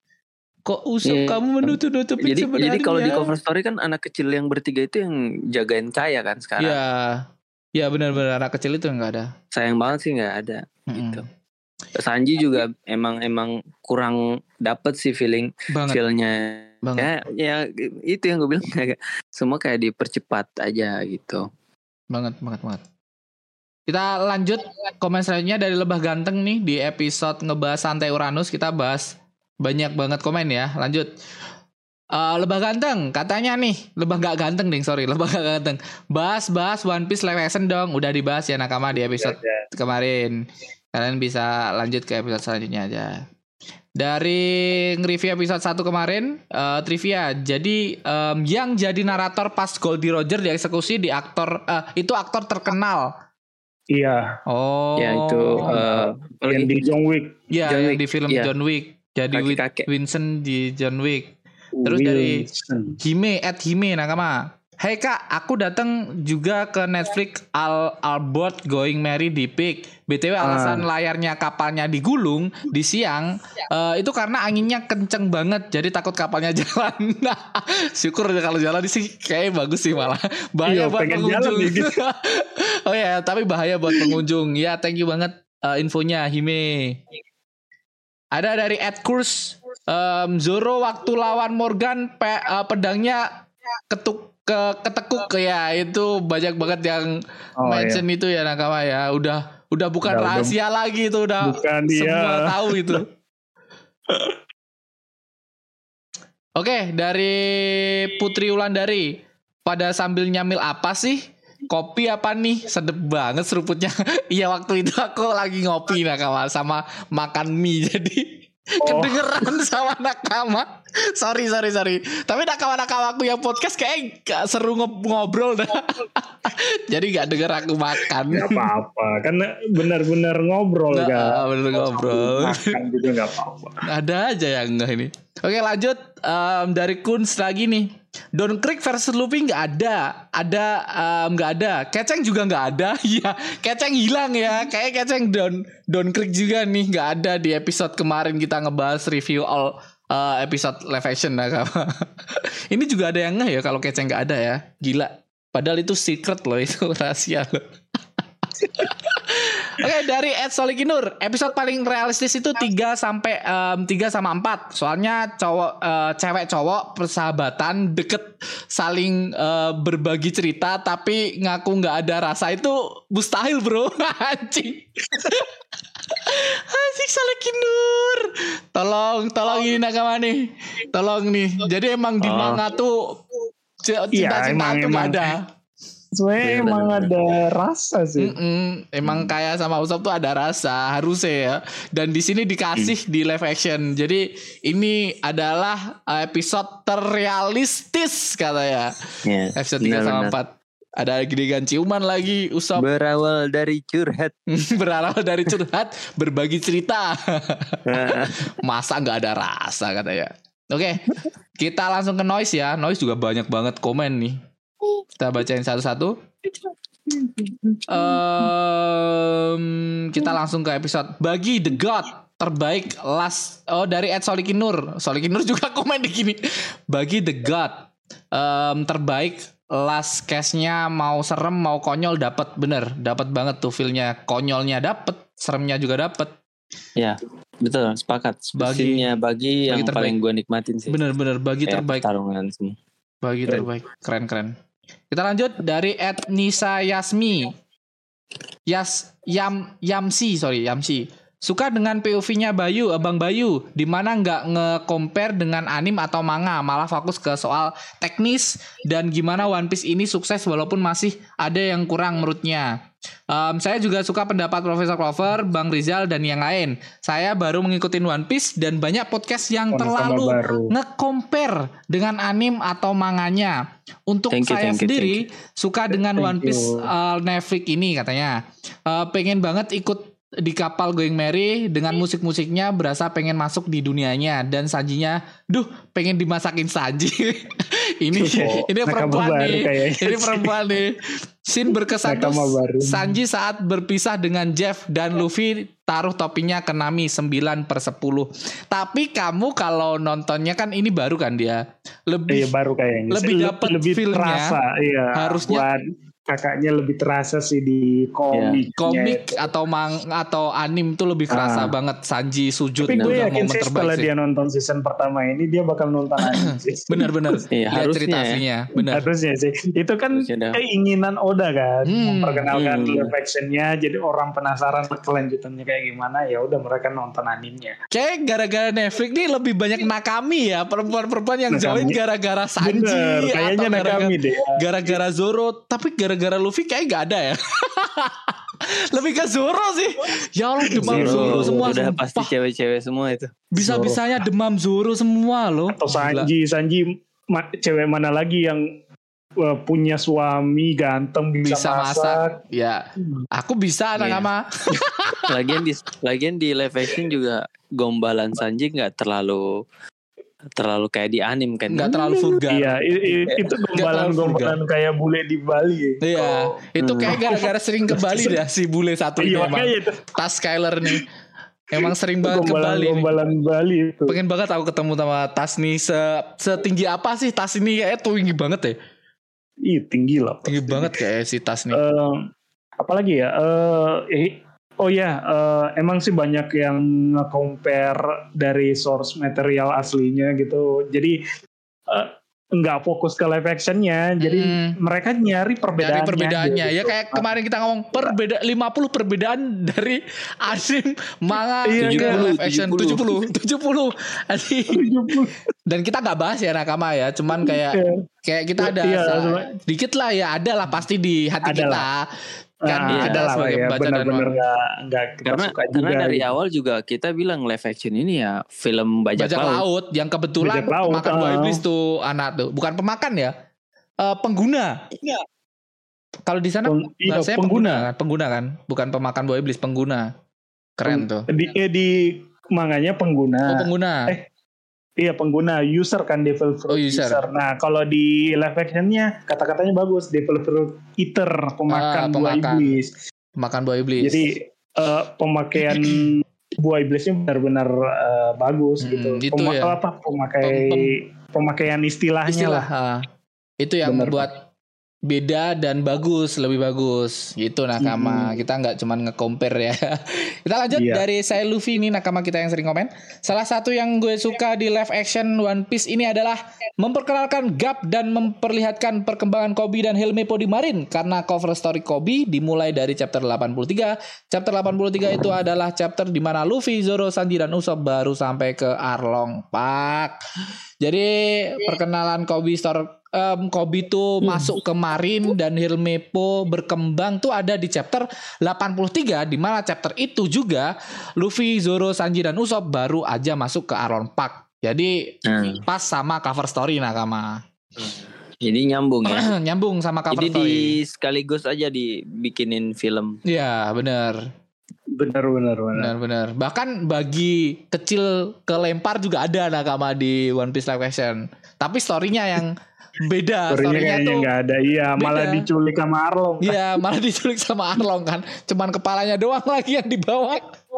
Kok Usopp yeah. kamu menutup-nutupin jadi, sebenarnya? Jadi kalau di cover story kan anak kecil yang bertiga itu yang jagain Kaya kan sekarang. Iya. Ya benar-benar anak kecil itu nggak ada. Sayang banget sih nggak ada. Mm-hmm. Gitu. Sanji juga emang emang kurang dapet sih feeling Banget. feel-nya. Banget. Ya, ya itu yang gue bilang kayak semua kayak dipercepat aja gitu. Banget, banget, banget. Kita lanjut komen selanjutnya dari Lebah Ganteng nih di episode ngebahas Santai Uranus, kita bahas banyak banget komen ya. Lanjut. Uh, Lebah Ganteng katanya nih, Lebah gak ganteng ding, sorry, Lebah gak ganteng. Bahas-bahas One Piece live action dong, udah dibahas ya nakama di episode ya, ya. kemarin. Kalian bisa lanjut ke episode selanjutnya aja. Dari nge-review episode satu kemarin, uh, trivia. Jadi um, yang jadi narator pas Goldie Roger dieksekusi di aktor uh, itu aktor terkenal. Iya. Oh. Ya itu uh, yang di John Wick. Iya, John yang Wick. di film Ya. John Wick. Jadi Kakek-kakek. Vincent di John Wick. Terus Wilson. dari Hime at Hime nakama. Hey kak, aku datang juga ke Netflix Al Albert Going Merry di Peak. B T W alasan ah. layarnya kapalnya digulung di siang uh, itu karena anginnya kenceng banget, jadi takut kapalnya jalan. Syukur kalau jalan sih kayak bagus sih malah. Bahaya iya, buat pengunjung. Gitu. Oh ya, tapi bahaya buat pengunjung. Ya, thank you banget uh, infonya Hime. Ada dari Ed Kurs, um, Zoro waktu lawan Morgan pe, uh, pedangnya ketuk ke ketekuk ya, itu banyak banget yang oh, mention iya. itu ya nakama ya. Udah udah bukan udah, rahasia udah, lagi itu udah bukan, semua iya. tahu itu. Oke, dari Putri Wulandari, pada sambil nyamil apa sih? Kopi apa nih? Sedep banget seruputnya. Iya, waktu itu aku lagi ngopi nakama sama makan mie jadi oh. kedengeran sama nakama. Sorry sorry sorry. Tapi nakama-nakama aku yang podcast kayak gak seru ngobrol dah. Jadi gak denger aku makan. Gak apa-apa, karena benar-benar ngobrol gak, gak. Bener ngobrol. Makan juga gak apa-apa. Ada aja yang enggak ini. Oke lanjut, um, dari Kunz lagi nih. Don Krieg versus Luffy nggak ada, ada nggak um, ada, Keceng juga nggak ada, ya Keceng hilang ya, kayak Keceng Don Don Krieg juga nih nggak ada di episode kemarin kita ngebahas review all uh, episode live action nah, ini juga ada yang nggak ya kalau Keceng nggak ada ya, gila, padahal itu secret loh, itu rahasia loh. Oke, okay, dari Ed Solikinur, episode paling realistis itu tiga sampai tiga sama empat. Soalnya cowok uh, cewek cowok persahabatan deket saling uh, berbagi cerita tapi ngaku nggak ada rasa itu mustahil, bro. Anjing. Anjing Solikinur. Tolong, tolong ini nakama nih. Tolong nih. Jadi emang di manga tuh cinta-cinta tuh nggak ada. Sebenarnya emang ada rasa sih. Mm-mm. Emang kayak sama Usop tuh ada rasa harusnya ya. Dan di sini dikasih hmm. di live action. Jadi ini adalah episode terrealistis katanya. Yeah, episode tiga sama empat. Ada gidegan ciuman lagi Usop. Berawal dari curhat. Berawal dari curhat, berbagi cerita. Masa nggak ada rasa katanya. Oke, kita langsung ke Noise ya. Noise juga banyak banget komen nih. Kita bacain satu-satu. Um, kita langsung ke episode Bagi The God terbaik last. Oh, dari Ed Solikinur. Solikinur juga komen di gini. Bagi The God um, terbaik last case-nya mau serem mau konyol dapat bener, dapat banget tuh feel-nya. Konyolnya dapat, seremnya juga dapat. Ya, betul, sepakat. Bagi bagi yang bagi paling gue nikmatin sih. Bener-bener bagi kayak terbaik. Pertarungan semua. Bagi keren. terbaik, keren-keren. Kita lanjut dari Ed Nisa Yasmi. Yas Yam Yamsi, sorry Yamsi. Suka dengan P O V-nya Bayu, Abang Bayu, di mana nggak nge-compare dengan anime atau manga, malah fokus ke soal teknis dan gimana One Piece ini sukses walaupun masih ada yang kurang menurutnya. Um, saya juga suka pendapat Profesor Clover, Bang Rizal dan yang lain. Saya baru mengikuti One Piece dan banyak podcast yang oh, terlalu nge-compare dengan anime atau manganya. Untuk thank saya you, sendiri you, suka dengan thank One Piece uh, Netflix ini katanya. Uh, pengen banget ikut di kapal Going Merry dengan musik-musiknya, berasa pengen masuk di dunianya dan Sanjinya, duh pengen dimasakin Sanji. ini oh, ini perempuan nih, kayaknya. Ini perempuan nih. Scene berkesan tuh Sanji saat berpisah dengan Jeff dan Luffy taruh topinya ke Nami sembilan per sepuluh. Tapi kamu kalau nontonnya kan ini baru kan dia lebih iya, baru kayaknya lebih dapat lebih feel-nya terasa, iya, harusnya buat kakaknya lebih terasa sih di komik. Komik atau mang atau anim tuh lebih kerasa Ah. banget Sanji sujud. Tapi gue udah yakin momen sih terbaik setelah sih. dia nonton season pertama ini dia bakal nonton anim sih. Benar-benar. Iya, Lihat harusnya cerita ya. aslinya, benar. Harusnya sih. Itu kan Harusnya dah. keinginan Oda kan, Hmm, memperkenalkan hmm. live actionnya, jadi orang penasaran kelanjutannya kayak gimana, ya udah mereka nonton animnya. Kayak gara-gara Netflix nih lebih banyak Nakami ya, perempuan-perempuan yang Nakami. join gara-gara Sanji Bener, kayaknya atau gara-gara Nakami deh. gara-gara Zoro, tapi gara-gara Luffy kayak gak ada ya. Lebih ke Zoro sih. Ya Allah, demam Zoro, Zoro, semua udah sumpah. pasti cewek-cewek semua itu. Bisa-bisanya demam Zoro semua loh. Atau Gila. Sanji, Sanji ma- cewek mana lagi yang uh, punya suami ganteng bisa, Bisa masak. masak. Ya, aku bisa Iya. Nakama. Lagian di lagian di live action juga gombalan Sanji nggak terlalu terlalu kayak di anim kan. Nggak terlalu vulgar. Iya, i- i- itu terlalu gombalan-gombalan kayak bule di Bali. Iya, itu kayak gara-gara sering ke Bali dah si bule satu ini Iya, emang. makanya itu Tas Skyler nih. Emang sering banget ke Bali nih. gombalan-gombalan Bali itu. Pengen banget aku ketemu sama Tas nih. Se- setinggi apa sih Tas ini? Kayaknya tinggi banget ya. Ih, tinggi lah. Tinggi banget kayak si Tas nih. Eh, apalagi ya? Eh, eh, oh ya, eh, emang sih banyak yang nge-compare dari source material aslinya gitu. Jadi eh, nggak fokus ke live actionnya. Jadi Hmm. mereka nyari perbedaannya. Dari perbedaannya aja ya gitu. kayak kemarin kita ngomong perbeda lima puluh perbedaan dari anime manga Iya, ke iya. live action tujuh puluh tujuh puluh Aduh. tujuh puluh Dan kita nggak bahas ya Nakama ya, cuman kayak Iya. kayak kita ada Iya, sa- cuma- dikit lah ya, ada lah pasti di hati Ada kita kan Ah, kita ada lah sebagai ya, pembaca dan benar-benar orang nggak nggak kita Karena suka juga. karena dari gitu. awal juga kita bilang live action ini ya film bajak, bajak laut. laut yang kebetulan Bajak laut, pemakan buah ah. iblis tuh anak tuh, bukan pemakan ya. Eh, pengguna. Kalau di sana Peng- iya, bahasanya pengguna kan, pengguna kan, bukan pemakan buah iblis, pengguna. Keren tuh. Di, eh, di manganya pengguna. Oh, pengguna. Eh, Iya pengguna, user kan, devil fruit Oh, user. user. Nah kalau di live actionnya kata-katanya bagus, devil fruit eater, Ah, pemakan buah pemakan. iblis. Makan buah iblis. Jadi eh, pemakaian buah iblisnya benar-benar eh, bagus Hmm, gitu. itu Pema- ya. apa pemakai Pem- pem- pemakaian istilahnya istilah lah. ah. Itu yang Bener. membuat beda dan bagus, lebih bagus gitu Nakama. Kita nggak cuman nge-compare ya. Kita lanjut Iya. dari saya Luffy ini Nakama kita yang sering komen. Salah satu yang gue suka di live action One Piece ini adalah memperkenalkan Gap dan memperlihatkan perkembangan Koby dan Helmeppo di Marine, karena cover story Koby dimulai dari chapter delapan puluh tiga. Chapter delapan puluh tiga itu adalah chapter di mana Luffy, Zoro, Sanji dan Usopp baru sampai ke Arlong Park. Jadi perkenalan Koby story um, Koby tuh masuk ke Marine dan Helmeppo berkembang tuh ada di chapter delapan puluh tiga, di mana chapter itu juga Luffy, Zoro, Sanji dan Usopp baru aja masuk ke Arlong Park. Jadi Hmm. pas sama cover story Nakama. Jadi nyambung ya. Nyambung sama cover Jadi di story. sekaligus aja dibikinin film. Iya, benar. Benar-benar. Benar-benar. Bahkan bagi kecil kelempar juga ada Nakama di One Piece live action. Tapi story-nya yang beda. Story-nya Story-nya kayaknya tuh nggak ada. Iya, malah beda. diculik sama Arlong. iya, malah diculik sama Arlong kan. Cuman kepalanya doang lagi yang dibawa.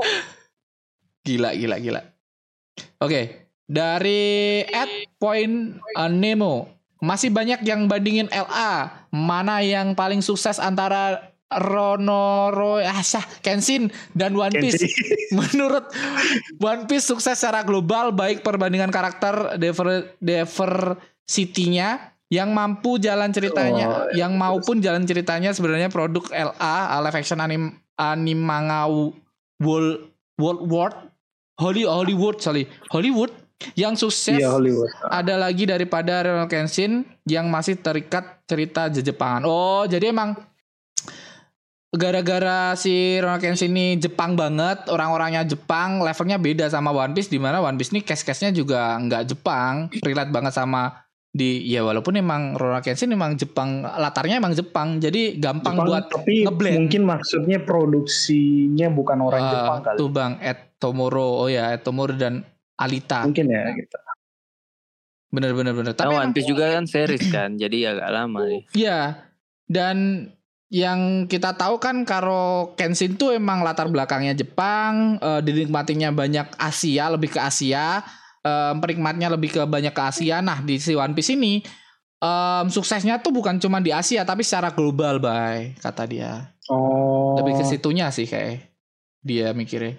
Gila, gila, gila. Oke, dari at point uh, Nemo, masih banyak yang bandingin L A, mana yang paling sukses antara Ronoro, Asah, Kenshin dan One Piece. Kenshin. Menurut One Piece sukses secara global, baik perbandingan karakter, diver, diversity-nya, yang mampu jalan ceritanya, Oh, yang maupun jalan ceritanya sebenarnya produk L A live action anim anim manga world world world Holly Hollywood sorry Hollywood yang sukses Iya, Hollywood. ada lagi daripada Rurouni Kenshin yang masih terikat cerita Jepangan. Oh, jadi emang gara-gara si Rurouni Kenshin ini Jepang banget, orang-orangnya Jepang, levelnya beda sama One Piece, di mana One Piece ini case-case-nya juga nggak Jepang, relate banget sama di ya walaupun emang Rurouni Kenshin emang Jepang, latarnya emang Jepang, jadi gampang Jepang, buat tapi ngeblend. mungkin maksudnya produksinya bukan orang Uh, Jepang kali. tuh Bang Ed Tomoro, oh ya Ed Tomoro dan Alita. Mungkin ya gitu. Bener-bener bener. Tapi Tapi One emang- Piece juga kan series kan, jadi agak lama nih. Iya. Dan yang kita tahu kan kalau Kenshin tuh emang latar belakangnya Jepang, eh, dinikmatinya banyak Asia, lebih ke Asia, eh, penikmatnya lebih ke banyak ke Asia. Nah, di si One Piece ini um, suksesnya tuh bukan cuma di Asia tapi secara global, Bay, kata dia. Oh. Lebih ke situnya sih kayak dia mikirnya.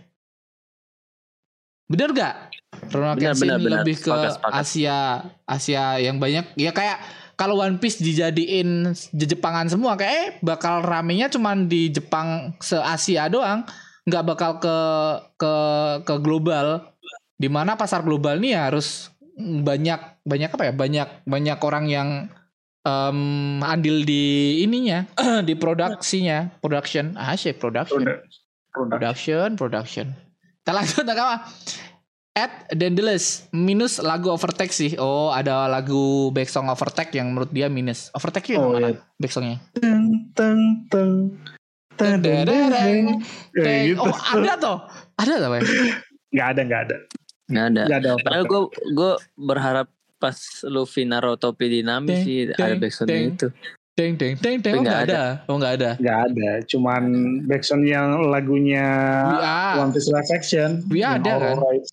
Bener gak? Rurouni Benar, Kenshin benar, benar. lebih ke Sepakat, sepakat. Asia, Asia yang banyak. Ya kayak kalau One Piece dijadiin Jepangan semua, kayak eh, bakal ramenya cuma di Jepang se-Asia doang, nggak bakal ke ke ke global. Dimana pasar global nih harus banyak banyak apa ya? Banyak banyak orang yang um, andil di ininya, di produksinya, production, ah sih production, Produk. Produk. production, production. Kita lanjut apa? At Dandeles minus lagu Overtake sih. Oh, ada lagu back song Overtake yang menurut dia minus. Overtake yang Oh, mana? iya. Back songnya. Teng teng teng. Teng teng teng. Eh, gitu. Oh, ada toh. Ada toh, Bay? Nggak ada, nggak ada. Nggak ada. Nggak ada. Padahal gue gue berharap pas Luffy naruh topi dinami Deng, sih deng, ada backsoundnya deng. itu. Deng deng deng deng. Tapi Oh, nggak nggak ada. Oh, nggak ada. Nggak ada. Cuman backsound yang lagunya We are. One Piece Live Action. We are yang ada, All kan? Right.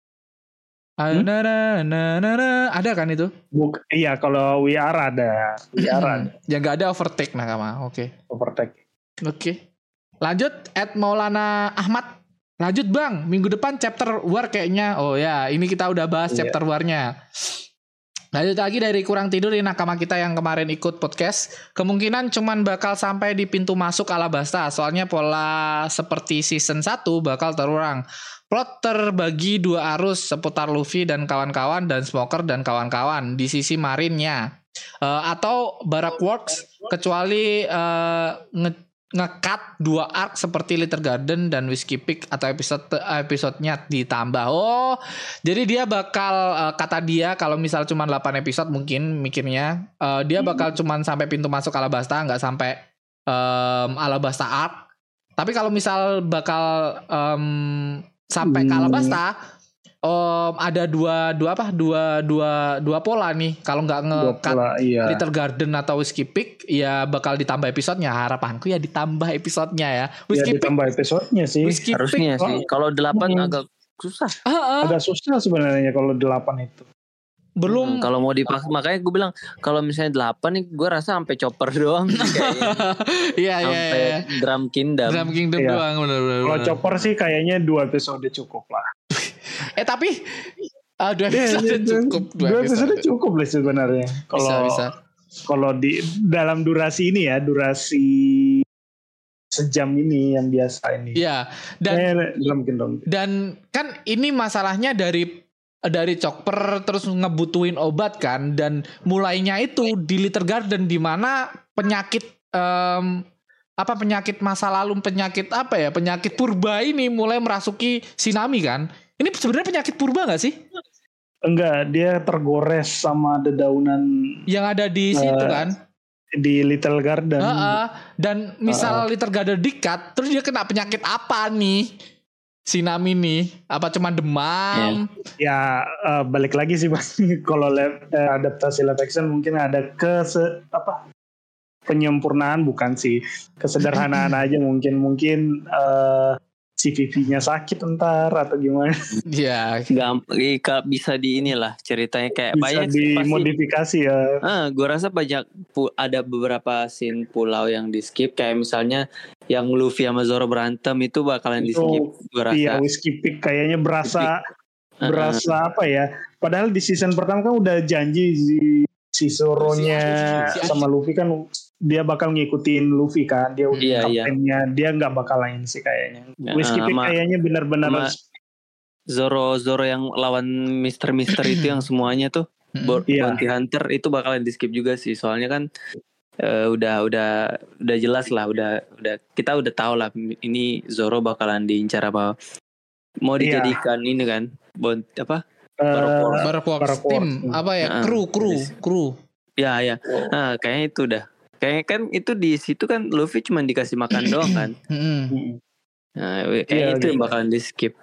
Hmm? Na, na, na, na, na. Ada kan itu? Buk, iya kalau We Are ada. We Are ada. Yang nggak ada Overtake Nakama. Oke. Overtake. Oke. Lanjut at Maulana Ahmad. Lanjut Bang, minggu depan chapter war kayaknya. Oh ya, ini kita udah bahas Iya. chapter warnya. Lanjut lagi dari kurang tidur ini nakama kita yang kemarin ikut podcast. Kemungkinan cuman bakal sampai di pintu masuk Alabasta. Soalnya pola seperti season satu bakal terulang. Plot terbagi dua arus seputar Luffy dan kawan-kawan dan Smoker dan kawan-kawan di sisi marinnya. Uh, atau Barak Works kecuali uh, nge- nge-cut dua arc seperti Little Garden dan Whiskey Peak atau episode episodenya ditambah. Oh, jadi dia bakal uh, kata dia kalau misal cuma delapan episode mungkin mikirnya uh, dia bakal cuma sampai pintu masuk Alabasta, nggak sampai um, Alabasta arc. Tapi kalau misal bakal um, sampai ke Alabasta, um, ada dua dua apa dua dua dua pola nih. Kalau nggak nge-cut iya. Little Garden atau Whiskey Peak ya bakal ditambah episodenya. Harapanku ya ditambah episodenya ya. Ya Whiskey Peak ditambah episodenya sih. Whiskey Harusnya Peak sih. Kalau delapan Hmm. agak susah. ah, ah, Agak susah sebenarnya kalau delapan itu. belum Hmm, kalau mau dipaksa, makanya gue bilang kalau misalnya delapan nih gue rasa sampai chopper doang sih kayaknya. iya iya Sampai iya. Drum Kingdom. Drum Kingdom Iya. doang benar benar. Kalau benar. Chopper sih kayaknya dua episode cukup lah. Eh tapi uh, dua Iya, episode iya, cukup Dua, dua episode cukup lah sebenarnya. Bisa Kalau bisa. kalau di dalam durasi ini ya, durasi sejam ini yang biasa ini. Iya. Dan Eh, Drum Kingdom. dan kan ini masalahnya dari dari Chopper terus ngebutuhin obat kan, dan mulainya itu di Little Garden di mana penyakit em, apa penyakit masa lalu, penyakit apa ya penyakit purba ini mulai merasuki Shinami kan. Ini sebenarnya penyakit purba nggak sih Enggak, dia tergores sama dedaunan yang ada di situ Eh, kan? di Little Garden. Heeh. Dan misal Little Garden dikat, terus dia kena penyakit apa nih? Shinami nih, apa cuma demam? Ya eh, balik lagi sih Mas. Kalau live- eh, adaptasi live action mungkin ada ke apa penyempurnaan, bukan sih kesederhanaan aja mungkin mungkin eh, si Vivi-nya sakit ntar atau gimana Iya. Gampang bisa di inilah ceritanya kayak bisa banyak sih pasti. dimodifikasi ya. Ah, gue rasa banyak pu- ada beberapa scene pulau yang di skip kayak misalnya yang Luffy sama Zoro berantem itu bakalan di skip. Gue rasa. Iya, Whiskey Peak kayaknya berasa Ah, berasa apa ya? Padahal di season pertama kan udah janji si, si Zoro-nya Si Ashi. sama Luffy kan dia bakal ngikutin Luffy kan, dia udah Iya, iya. kaptennya, dia nggak bakal lain sih kayaknya. Ya, Whiskey Peak sama- kayaknya benar-benar sama Zoro Zoro yang lawan Mister Mister itu yang semuanya tuh Bo- Iya. Bounty Hunter itu bakalan di skip juga sih. Soalnya kan eh, udah udah udah jelas lah, udah udah kita udah tahu lah ini Zoro bakalan diincar apa mau Iya. dijadikan ini kan Bont apa eh, Baroque. Baroque Baroque. tim apa ya? Ah, Kru kru jadi- kru. ya ya nah kayaknya itu udah kayaknya kan itu di situ kan Luffy cuma dikasih makan doang kan. Mm-mm. mm. Nah, kayaknya Iya, itu yang gitu. bakalan di skip.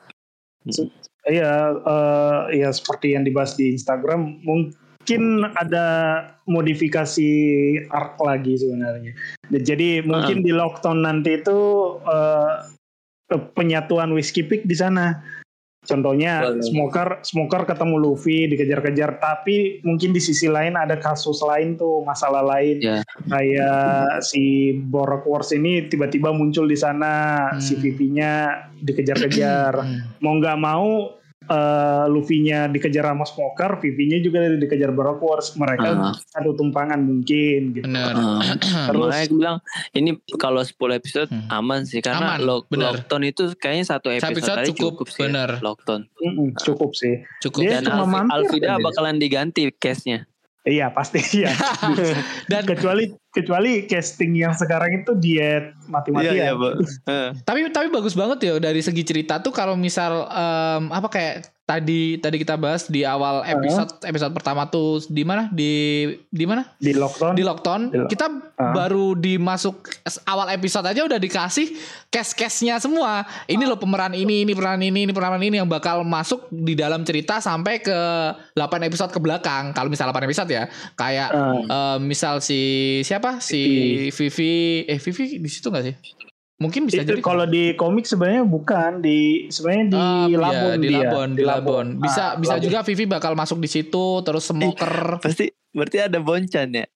Iya, eh, ya seperti yang dibahas di Instagram, mungkin ada modifikasi arc lagi sebenarnya. Jadi mungkin di Lockdown nanti itu eh, penyatuan Whiskey Peak di sana. Contohnya Boleh. Smoker Smoker ketemu Luffy dikejar-kejar, tapi mungkin di sisi lain ada kasus lain tuh, masalah lain. Ya. Kayak si Borok Wars ini tiba-tiba muncul di sana, Hmm. si Vivi-nya dikejar-kejar. Hmm. Mau nggak mau uh, Luffy-nya dikejar sama Smoker, Vivi-nya juga dikejar Borok Wars. Mereka Ah. satu tumpangan mungkin gitu. Bener. Uh, Terus- makanya aku bilang ini kalau sepuluh episode Hmm. aman sih karena Aman, Lock- bener. Lockdown itu kayaknya satu episode, episode aja cukup, cukup, sih. bener. Ya, Lockdown. Mm-mm, cukup sih. Cukup. Dia Dan cuma Alvi- mampir Alvida kan dia. bakalan diganti case-nya. Iya pasti ya. Dan kecuali kecuali casting yang sekarang itu diet mati-matian. Bo. Heeh. tapi tapi bagus banget ya dari segi cerita tuh kalau misal em, apa kayak tadi tadi kita bahas di awal episode episode pertama tuh di mana di di mana Di lockdown. di lockdown Di lock- kita Ah. baru dimasuk awal episode aja udah dikasih case-case-nya semua. Ini loh pemeran ini, ini pemeran ini, ini pemeran ini yang bakal masuk di dalam cerita sampai ke delapan episode ke belakang. Kalau misal delapan episode ya, kayak Ah. eh, misal si siapa si Vivi, eh Vivi di situ nggak sih? Mungkin bisa Itu jadi kalau di komik sebenarnya bukan di sebenarnya di Um, iya, Labon di dia. Labon, di Labon. Bisa Ah, bisa Labon. juga Vivi bakal masuk di situ, terus Smoker. Pasti berarti ada Boncan ya?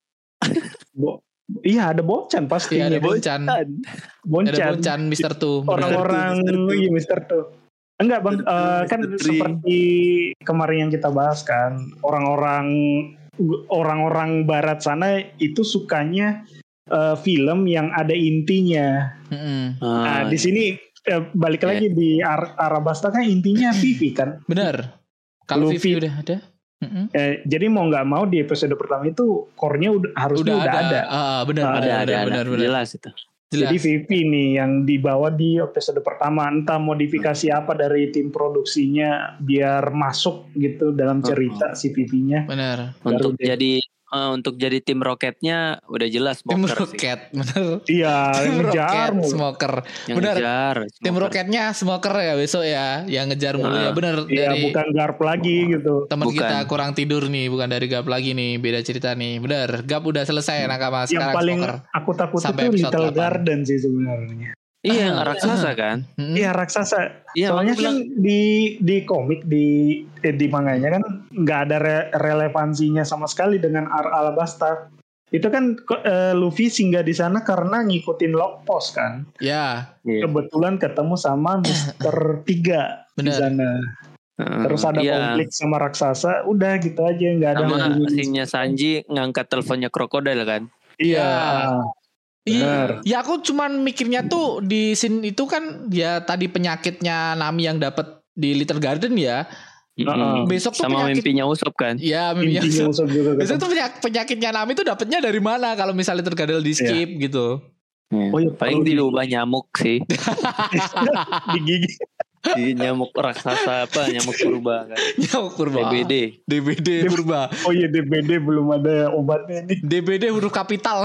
Bo- iya ada Boncan pasti. Iya, ada Boncan. Boncan. Boncan. Ada Boncan Mister Two. Orang-orang Mister Two. iya Mister Two. Enggak bang, Mister Two, eh, kan Mister Three. seperti kemarin yang kita bahas kan, orang-orang orang-orang Barat sana itu sukanya eh, film yang ada intinya. Mm-mm. Nah Ah, di sini eh, balik lagi di Ar- Arabasta kan intinya Vivi kan. Bener. Kalau Luffy. Vivi udah ada. Mm-mm. Eh, jadi mau nggak mau di episode pertama itu core-nya udah harusnya Udah, udah, ada. ada. Ah, benar, Ah, benar, ada, ada, benar, ada. benar, benar. Jelas itu. Jelas. Jadi Vivi nih yang dibawa di episode pertama, entah modifikasi apa dari tim produksinya biar masuk gitu dalam cerita si Vivi-nya. Benar. Untuk Baru deh. jadi eh, untuk jadi tim roketnya udah jelas Tim Smoker sih. Roket, bener. Iya, Tim yang ngejar Roket, mulu. Smoker. Yang Benar. ngejar. Tim Smoker. Roketnya Smoker ya besok ya, yang ngejar mulu Ah. ya, bener. Iya, Dari bukan Garp lagi gitu. teman Bukan. kita kurang tidur nih, bukan dari Gap lagi nih, beda cerita nih. Bener, Gap udah selesai nakama Yang sekarang paling Smoker. aku takut Sampai itu episode Little delapan. Garden sih sebenarnya. Iya, yang Ah. raksasa kan? Mm-mm. Iya raksasa. Iya, Soalnya aku kan di di komik di eh, di manganya kan nggak ada re- relevansinya sama sekali dengan Ar Alabasta. Itu kan ko- eh, Luffy singgah di sana karena ngikutin log post kan. Ya, Iya. Kebetulan ketemu sama Mister Tiga di bener. sana. Heeh. Terus ada Iya. konflik sama raksasa, udah gitu aja nggak ada. Sama hubungan. aslinya Sanji ngangkat teleponnya krokodil kan? Iya. Iya, Bener. ya aku cuman mikirnya tuh di scene itu kan ya tadi penyakitnya Nami yang dapat di Little Garden ya. Mm-mm. Besok tuh sama penyakit- mimpinya Usop kan? Ya, mimpinya. Intinya musuh juga Besok ketemu. tuh penyak- penyakitnya Nami tuh dapatnya dari mana kalau misalnya Little Garden di skip gitu. Oh iya, Paling perlu di di- lubang nyamuk sih. di gigi. Di nyamuk raksasa apa? Nyamuk purba kan? Nyamuk purba. D B D. D B D purba. Oh iya D B D belum ada obatnya nih. D B D huruf kapital.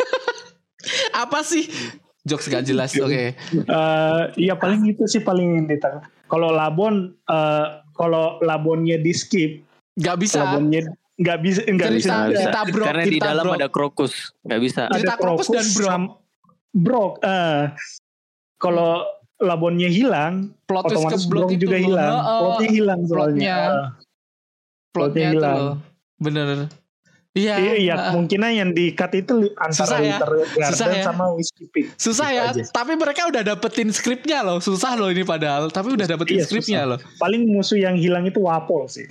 Apa sih? Jokes gak jelas. Oke. Eh, iya paling itu sih paling di tengah. Kalau Labon, eh, kalau Labonnya di skip, Gak bisa. Labonnya nggak bisa, nggak bisa. Cerita- Nggak bisa. cerita Brok, Karena di cerita dalam Brok. ada krokus. Gak bisa. Cerita Krokus dan Brok. sam- Brok. eh, kalau Labonnya hilang, Plot twist otomatis ke blok Brok itu juga loh. hilang. Heeh. Plotnya hilang soalnya. Plotnya. Eh, Plotnya plotnya itu hilang. loh. Bener. Iya. Iya, iya heeh. kemungkinan yang di cut itu li- Susah antara ya. Little Garden Susah ya. sama Whiskey Peak. Susah Gitu ya, aja. tapi mereka udah dapetin skripnya loh. Susah loh ini padahal, tapi udah dapetin Iya, skripnya susah. loh. Paling musuh yang hilang itu Wapol sih.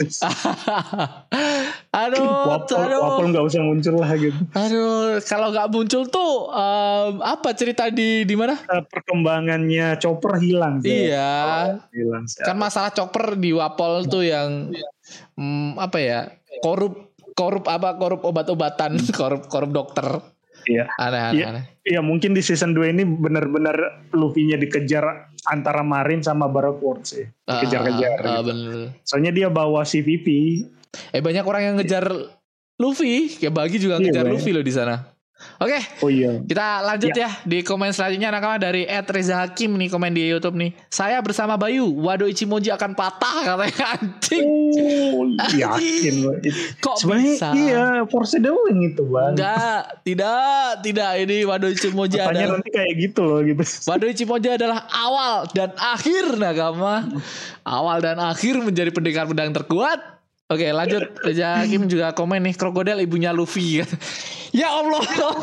aduh, Wapol, aduh, Wapol nggak usah muncul lah gitu. aduh. Kalau nggak muncul tuh em, apa cerita di di mana? Eh, perkembangannya Chopper hilang sih. Iya, Hilang sih. kan masalah Chopper di Wapol tuh yang mm, apa ya? Korup, korup apa? Korup obat-obatan, korup, korup dokter. Iya. Aneh, aneh, Iya. aneh. Ya mungkin di season dua ini benar-benar Luffy-nya dikejar antara Marin sama Baroque sih. Dikejar-kejar. Ah, ah, gitu. bener. Soalnya dia bawa C V P. Eh banyak orang yang ngejar Luffy, kayak Bagi juga Iya, ngejar banyak. Luffy loh di sana. Oke, Oh iya. kita lanjut ya. ya di komen selanjutnya nakama dari Ed Reza Hakim nih, komen di YouTube nih. Saya bersama Bayu, Wado Ichimoji akan patah katanya, anjing. Oh, yakin loh. Kok sebenarnya bisa? Iya, foreshadowing itu bang. Enggak, tidak, tidak ini Wado Ichimoji Katanya adalah nanti kayak gitu loh gitu. Wado Ichimoji adalah awal dan akhir nakama. Awal dan akhir menjadi pendekar pedang terkuat. Oke lanjut, Reza Hakim juga komen nih, krokodil ibunya Luffy. Ya Allah,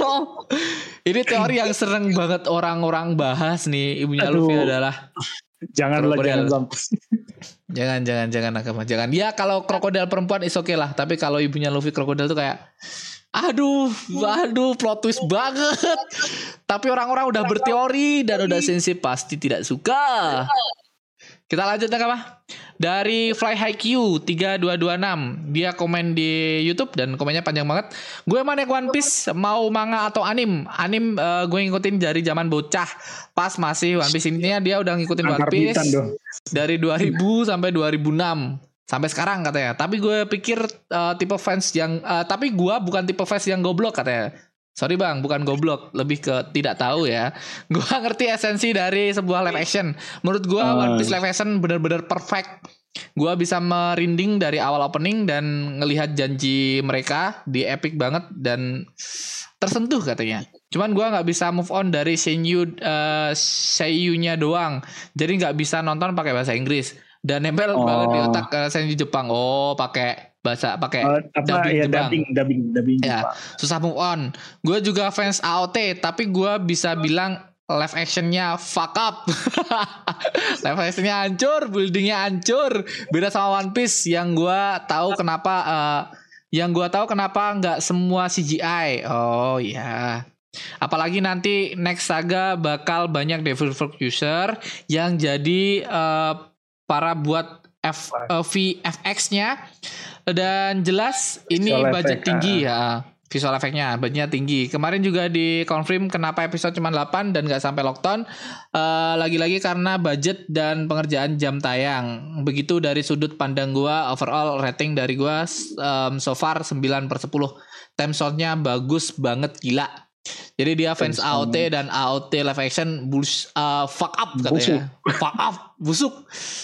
ini teori yang sering banget orang-orang bahas nih, ibunya Aduh. Luffy adalah Janganlah, krokodil. jangan sampai. Jangan, jangan, jangan nakama, jangan. Ya kalau krokodil perempuan is oke okay lah, tapi kalau ibunya Luffy krokodil tuh kayak, aduh, aduh, plot twist banget. Tapi orang-orang udah berteori dan udah sensi pasti tidak suka. Kita lanjut nakama. Dari Fly High Q tiga dua dua enam, dia komen di YouTube dan komennya panjang banget. Gue manek One Piece, mau manga atau anim? Anim uh, gue ngikutin dari zaman bocah, pas masih One Piece. Intinya dia udah ngikutin One Piece dari dua ribu sampai dua ribu enam sampai sekarang katanya. Tapi gue pikir uh, tipe fans yang uh, tapi gue bukan tipe fans yang goblok katanya. Sorry bang, bukan goblok, lebih ke tidak tahu ya. Gue ngerti esensi dari sebuah live action. Menurut gue uh. One Piece live action bener-bener perfect. Gue bisa merinding dari awal opening dan ngelihat janji mereka di epic banget dan tersentuh katanya. Cuman gue nggak bisa move on dari Seiyu uh, Seiyunya doang. Jadi nggak bisa nonton pakai bahasa Inggris dan nempel oh. banget di otak uh, Seiyu Jepang. Oh pakai bahasa pakai uh, dubbing ya, Jepang. dubbing dubbing dubbing ya, susah move on. Gue juga fans A O T, tapi gue bisa bilang live actionnya fuck up. Live actionnya hancur, buildingnya hancur. Beda sama One Piece yang gue tahu kenapa uh, yang gue tahu kenapa nggak semua C G I. Oh ya. Yeah. Apalagi nanti next saga bakal banyak developer user yang jadi uh, para buat F, uh, V F X-nya. Dan jelas ini visual budget effect, tinggi ya. Visual effect-nya budgetnya tinggi. Kemarin juga di confirm kenapa episode cuma delapan dan gak sampai lockdown. uh, Lagi-lagi karena budget dan pengerjaan jam tayang. Begitu dari sudut pandang gua. Overall rating dari gua um, so far sembilan per sepuluh. Time shot-nya bagus banget, gila. Jadi dia fans A O T dan A O T live action bus, uh, fuck up katanya. Fuck up, busuk.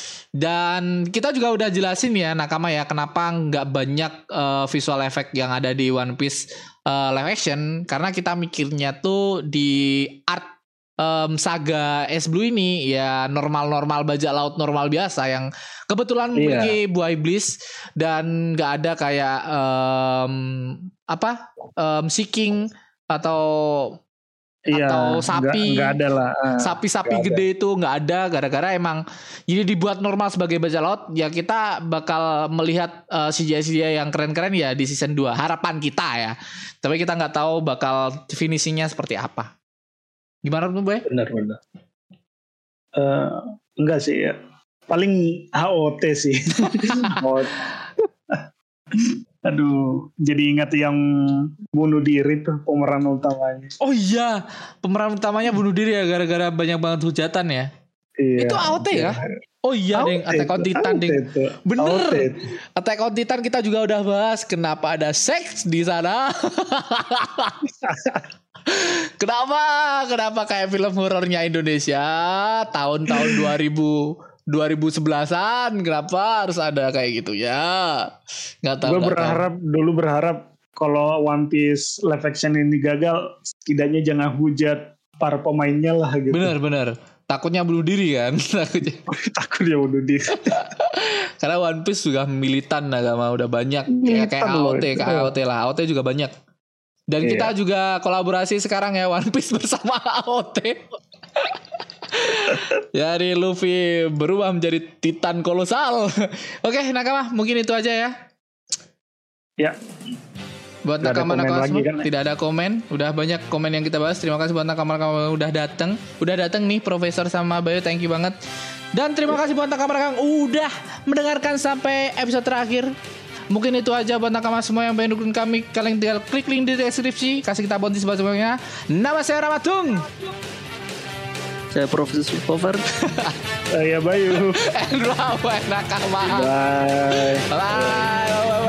Dan kita juga udah jelasin ya nakama ya kenapa nggak banyak uh, visual effect yang ada di One Piece uh, live action, karena kita mikirnya tuh di art um, saga Ace Blue ini ya normal-normal bajak laut normal biasa yang kebetulan memiliki yeah. buah iblis dan nggak ada kayak um, apa um, Seeking atau Iya, atau sapi, nggak, nggak ada lah. Uh, sapi-sapi gede itu nggak ada, gara-gara emang jadi dibuat normal sebagai bajak laut. Ya kita bakal melihat uh, C G I-C G I yang keren-keren ya di season dua. Harapan kita ya. Tapi kita nggak tahu bakal finishingnya seperti apa. Gimana menurut Boy? Benar-benar. Uh, enggak sih ya. Paling H O T sih. Aduh, jadi ingat yang bunuh diri tuh pemeran utamanya. Oh iya, pemeran utamanya bunuh diri ya gara-gara banyak banget hujatan ya. Iya, itu A O T iya. ya? Oh iya, ding, Attack on Titan ding. Bener. Attack on Titan kita juga udah bahas kenapa ada seks di sana. Kenapa? Kenapa kayak film horornya Indonesia tahun-tahun dua ribu dua ribu sebelasan, kenapa harus ada kayak gitu ya? Nggak tahu. Gue berharap tahu. dulu berharap kalau One Piece live action ini gagal, setidaknya jangan hujat para pemainnya lah gitu. Bener-bener. Takutnya bunuh diri kan? Takutnya. Takutnya bunuh diri. Karena One Piece juga militan agama udah banyak kayak kayak A O T, kayak A O T lah. A O T juga banyak. Dan yeah. kita juga kolaborasi sekarang ya One Piece bersama A O T. Jadi Luffy berubah menjadi Titan kolosal. Oke nakama, mungkin itu aja ya. Ya. Buat nakama-nakama semua kan, tidak ada komen. Udah banyak komen yang kita bahas. Terima kasih buat nakama-nakama udah datang. Udah datang nih Profesor sama Bayu, thank you banget. Dan terima kasih buat nakama-nakama udah mendengarkan sampai episode terakhir. Mungkin itu aja buat nakama semua yang pengen dukung kami. Kalian tinggal klik link di deskripsi, kasih kita bounty sebagainya. Nama saya Ramatung. Saya Profesor Pover. Saya Bayu. And Rawa nakama. Bye. Bye.